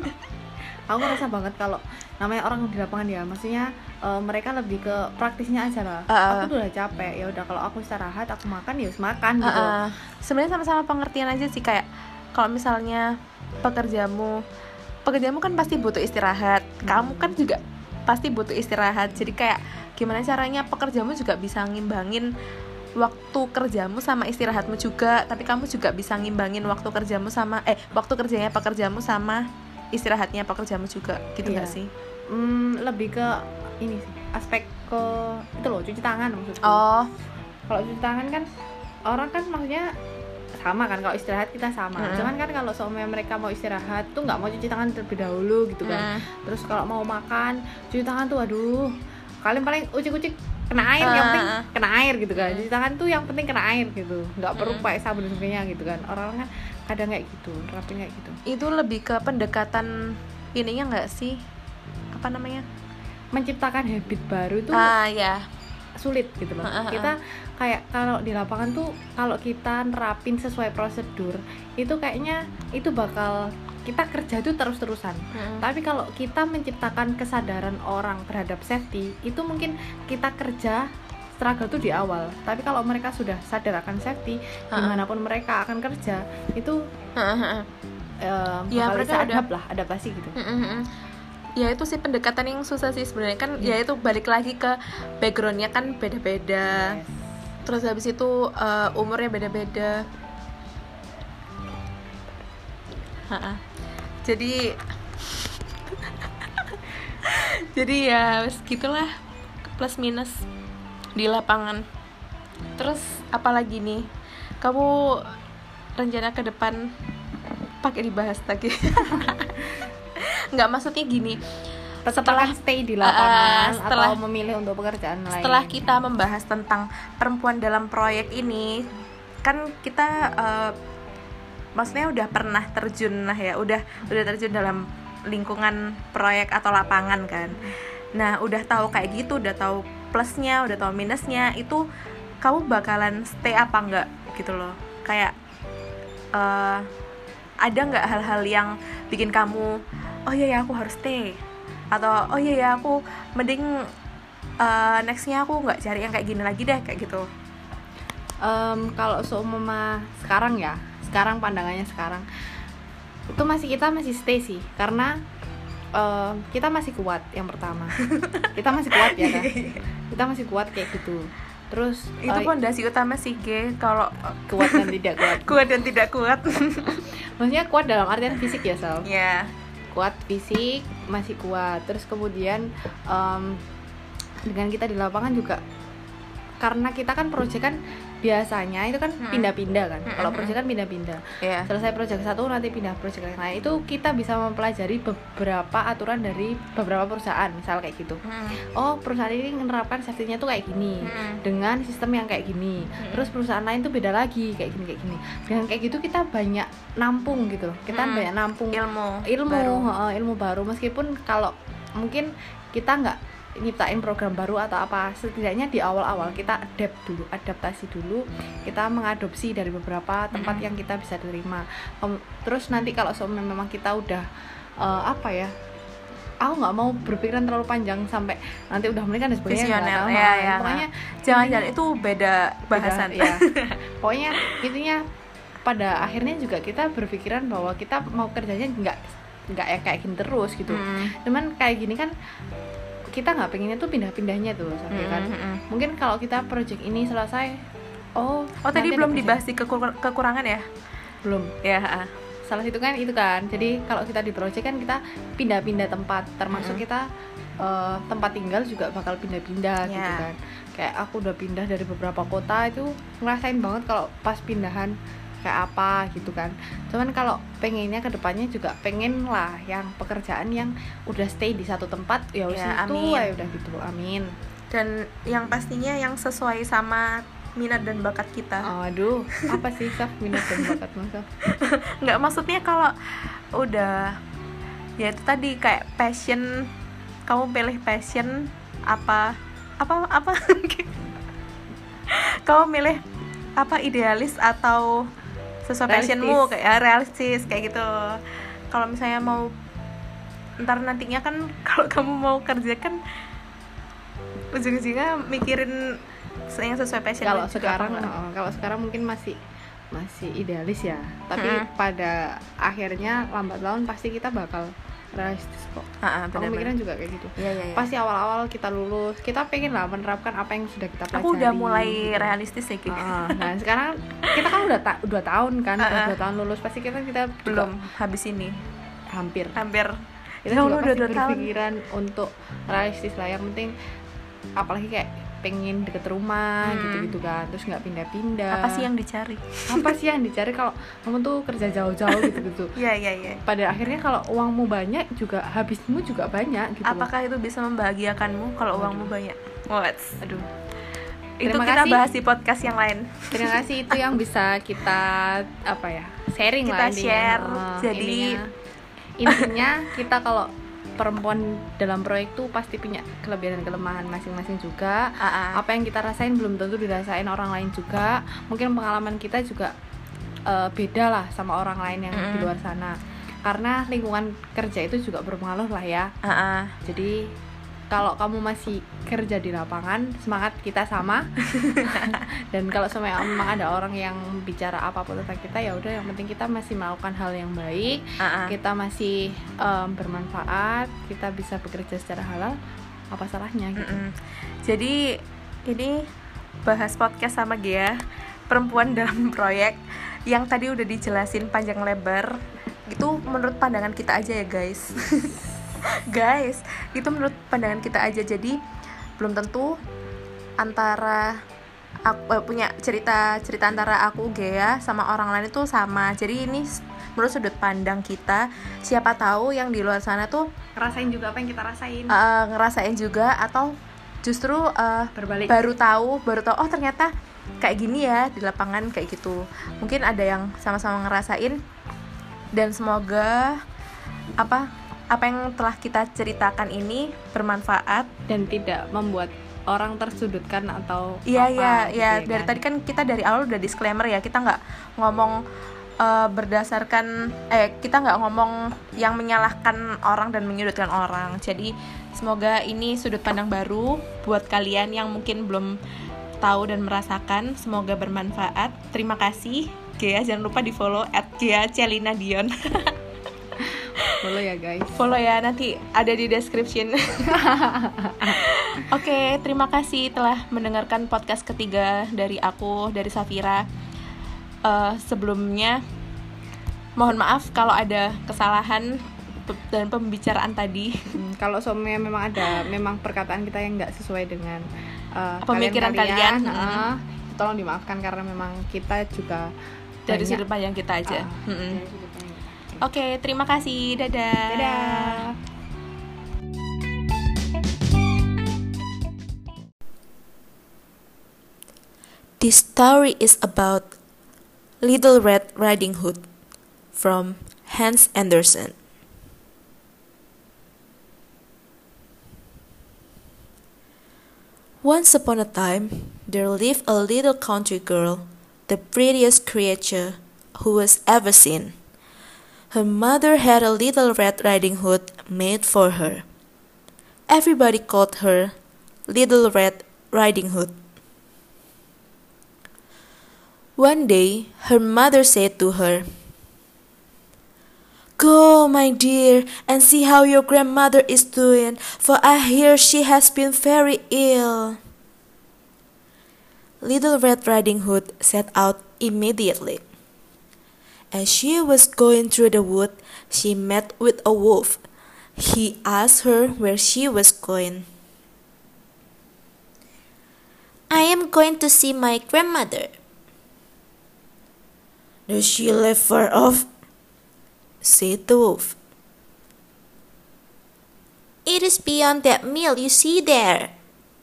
Aku ngerasa banget kalau namanya orang di lapangan ya, maksudnya uh, mereka lebih ke praktisnya aja lah. Uh, aku tuh udah capek, ya udah kalau aku istirahat, aku makan ya harus makan gitu. Uh, uh. Sebenarnya sama-sama pengertian aja sih, kayak kalau misalnya pekerjamu, pekerjamu kan pasti butuh istirahat, hmm. kamu kan juga pasti butuh istirahat. Jadi kayak gimana caranya pekerjamu juga bisa ngimbangin waktu kerjamu sama istirahatmu juga, tapi kamu juga bisa ngimbangin waktu kerjamu sama eh waktu kerjanya pekerjamu sama istirahatnya pekerjamu juga gitu nggak iya. sih? Hmm, lebih ke ini sih, aspek ke itu loh, cuci tangan maksudku. Oh, kalau cuci tangan kan orang kan maksudnya sama kan, kalau istirahat kita sama. Hmm. Cuman kan kalau seumur mereka mau istirahat tuh nggak mau cuci tangan terlebih dahulu gitu kan. Hmm. Terus kalau mau makan cuci tangan tuh aduh, kalian paling ucik-ucik kena air, uh, yang penting kena air gitu kan. Cuci tangan tuh yang penting kena air gitu, nggak perlu hmm. pakai sabun dan sebagainya gitu kan. Orang kan kadang kayak gitu, nerapin kayak gitu. Itu lebih ke pendekatan ininya nggak sih, apa namanya, menciptakan habit baru itu ah ya sulit gitu loh. Uh-huh. Kita kayak kalau di lapangan tuh kalau kita nerapin sesuai prosedur itu kayaknya itu bakal kita kerja itu terus-terusan. Uh-huh. Tapi kalau kita menciptakan kesadaran orang terhadap safety itu mungkin kita kerja struggle tuh di awal. Tapi kalau mereka sudah sadar akan safety, uh-huh. dimanapun mereka akan kerja itu uh-huh. uh, ya, bakal bisa ada adapt lah, adaptasi gitu. Uh-huh. Ya itu sih pendekatan yang susah sih sebenarnya kan. Yeah. Ya itu balik lagi ke backgroundnya kan beda-beda. Yes. Terus habis itu uh, umurnya beda-beda. Ha-ha. Jadi jadi ya gitulah, plus minus di lapangan. Terus apalagi nih kamu rencana ke depan pakai dibahas lagi? Nggak, maksudnya gini, setelah stay di lapangan uh, setelah, atau memilih untuk pekerjaan lain. Setelah kita membahas tentang perempuan dalam proyek ini, kan kita uh, maksudnya udah pernah terjun lah ya, udah udah terjun dalam lingkungan proyek atau lapangan kan. Nah, udah tahu kayak gitu, udah tahu plusnya, udah tahu minusnya, itu kamu bakalan stay apa enggak gitu loh. Kayak uh, ada nggak hal-hal yang bikin kamu oh iya ya aku harus stay, atau oh iya ya aku mending uh, nextnya aku nggak cari yang kayak gini lagi deh, kayak gitu. Um, kalau seumpama sekarang ya, sekarang pandangannya sekarang itu masih kita masih stay sih, karena uh, kita masih kuat. Yang pertama kita masih kuat ya kan, kita masih kuat kayak gitu. Terus itu fondasi uh, utama sih G, kalau kuat dan tidak kuat. Kuat dan tidak kuat. Maksudnya kuat dalam artian fisik ya Sal. Iya. Yeah. Kuat fisik masih kuat. Terus kemudian um, dengan kita di lapangan juga, karena kita kan proyek kan biasanya itu kan hmm. pindah-pindah kan. Hmm. Kalau proyek kan pindah-pindah. Yeah. Selesai proyek satu nanti pindah proyek yang lain. Itu kita bisa mempelajari beberapa aturan dari beberapa perusahaan, misal kayak gitu. Hmm. Oh, perusahaan ini menerapkan safety-nya tuh kayak gini, hmm. dengan sistem yang kayak gini. Hmm. Terus perusahaan lain tuh beda lagi, kayak gini kayak gini. Dengan kayak gitu kita banyak nampung gitu. Kita hmm. banyak nampung ilmu ilmu baru. Uh, ilmu baru, meskipun kalau mungkin kita nggak nyiptain program baru atau apa, setidaknya di awal-awal kita adapt dulu, adaptasi dulu, kita mengadopsi dari beberapa tempat yang kita bisa terima. Um, terus nanti kalau soalnya memang kita udah uh, apa ya, aku nggak mau berpikiran terlalu panjang sampai nanti udah menikah dan sebagainya. Visioner, ya, ya, pokoknya jangan-jangan itu beda bahasan. Beda, ya. Pokoknya intinya pada akhirnya juga kita berpikiran bahwa kita mau kerjanya nggak nggak ya kayak gini terus gitu. Hmm. Cuman kayak gini kan kita nggak pengennya tuh pindah-pindahnya tuh sampai kan. Mm-hmm. Mungkin kalau kita project ini selesai, oh oh tadi belum dibahas di kekur- kekurangan ya? Belum ya. Salah itu kan itu kan. Jadi kalau kita di project kan kita pindah-pindah tempat, termasuk mm-hmm. kita uh, tempat tinggal juga bakal pindah-pindah yeah. gitu kan. Kayak aku udah pindah dari beberapa kota, itu ngerasain banget kalau pas pindahan kayak apa gitu kan. Cuman kalau pengennya kedepannya juga pengen lah yang pekerjaan yang udah stay di satu tempat ya, ya itu ya udah gitu, amin. Dan yang pastinya yang sesuai sama minat dan bakat kita. Oh, aduh, apa sih Saf minat dan bakat Saf? Nggak, maksudnya kalau udah ya itu tadi kayak passion, kamu pilih passion apa apa apa kamu milih apa, idealis atau sesuai passionmu, kayak realistis kayak gitu. Kalau misalnya mau ntar nantinya kan kalau kamu mau kerja kan ujung-ujungnya mikirin yang sesuai passion. Kalau sekarang oh, kalau sekarang mungkin masih masih idealis ya, tapi hmm. pada akhirnya lambat laun pasti kita bakal realistis kok. Ah, aku mikirin juga kayak gitu. Ya, ya, ya. Pasti awal-awal kita lulus, kita pengen lah menerapkan apa yang sudah kita pelajari. Aku udah mulai gitu. Realistis ya gitu. Uh, nah sekarang kita kan udah ta- dua tahun kan, uh, uh. dua tahun lulus, pasti kita kita belum habis ini. Hampir. Hampir. Kita juga pasti berpikiran tahun. Untuk realistis lah. Yang penting, apalagi kayak pengen deket rumah Hmm. gitu-gitu kan, terus nggak pindah-pindah. Apa sih yang dicari? Apa sih yang dicari kalau kamu tuh kerja jauh-jauh gitu-gitu? Iya iya iya. Pada akhirnya kalau uangmu banyak juga habismu juga banyak gitu loh. Apakah itu bisa membahagiakanmu kalau uangmu banyak? What? Aduh. Itu Terima kita kasih. bahas di podcast yang lain. Terima kasih, itu yang bisa kita apa ya sharing Kita lah intinya. share. Nah, Jadi intinya, intinya kita kalau perempuan dalam proyek tuh pasti punya kelebihan dan kelemahan masing-masing juga. Uh-uh. Apa yang kita rasain belum tentu dirasain orang lain juga. Mungkin pengalaman kita juga uh, beda lah sama orang lain yang Mm-mm. di luar sana. Karena lingkungan kerja itu juga berpengaruh lah ya. Uh-uh. Jadi kalau kamu masih kerja di lapangan, semangat kita sama. Dan kalau sama memang ada orang yang bicara apapun tentang kita, ya udah, yang penting kita masih melakukan hal yang baik, Uh-uh. kita masih um, bermanfaat, kita bisa bekerja secara halal, apa salahnya gitu. Mm-mm. Jadi ini bahas podcast sama Gea, perempuan dalam proyek, yang tadi udah dijelasin panjang lebar. Itu menurut pandangan kita aja ya guys. Guys, itu menurut pandangan kita aja. Jadi belum tentu antara aku eh, punya cerita cerita antara aku Gea sama orang lain itu sama. Jadi ini s- menurut sudut pandang kita. Siapa tahu yang di luar sana tuh Ngerasain juga apa yang kita rasain. eh, ngerasain juga, atau justru eh, Berbalik. baru tahu baru tahu oh ternyata kayak gini ya di lapangan kayak gitu. Mungkin ada yang sama-sama ngerasain, dan semoga apa apa yang telah kita ceritakan ini bermanfaat. Dan tidak membuat orang tersudutkan atau Iya apa iya gitu iya. ya Dari kan? tadi kan kita dari awal udah disclaimer ya, kita nggak ngomong eh, berdasarkan eh kita nggak ngomong yang menyalahkan orang dan menyudutkan orang. Jadi semoga ini sudut pandang baru buat kalian yang mungkin belum tahu dan merasakan. Semoga bermanfaat. Terima kasih Gea, jangan lupa di follow at Gea Celina Dion. Follow ya guys. Follow ya, nanti ada di description. Oke, terima kasih telah mendengarkan podcast ketiga dari aku, dari Safira. Eh, sebelumnya mohon maaf kalau ada kesalahan pe- dan pembicaraan tadi. Hmm, kalau soalnya memang ada memang perkataan kita yang nggak sesuai dengan uh, Pemikiran kalian, uh, tolong dimaafkan karena memang kita juga Dari banyak- sudut pandang kita aja. uh, Mm-mm. dari sudut pandang. Oke, terima kasih. Dadah. Dadah. This story is about Little Red Riding Hood from Hans Andersen. Once upon a time, there lived a little country girl, the prettiest creature who was ever seen. Her mother had a little Red Riding Hood made for her. Everybody called her Little Red Riding Hood. One day, her mother said to her, "Go, my dear, and see how your grandmother is doing, for I hear she has been very ill." Little Red Riding Hood set out immediately. As she was going through the wood, she met with a wolf. He asked her where she was going. "I am going to see my grandmother." "Does she live far off?" said the wolf. "It is beyond that mill you see there."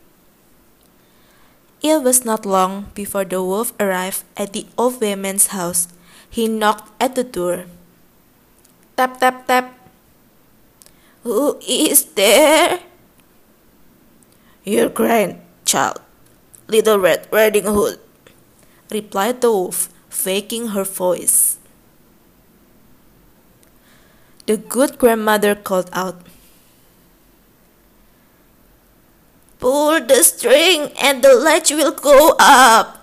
It was not long before the wolf arrived at the old woman's house. He knocked at the door. Tap, tap, tap. "Who is there?" "Your grandchild, Little Red Riding Hood," replied the wolf, faking her voice. The good grandmother called out, "Pull the string and the latch will go up."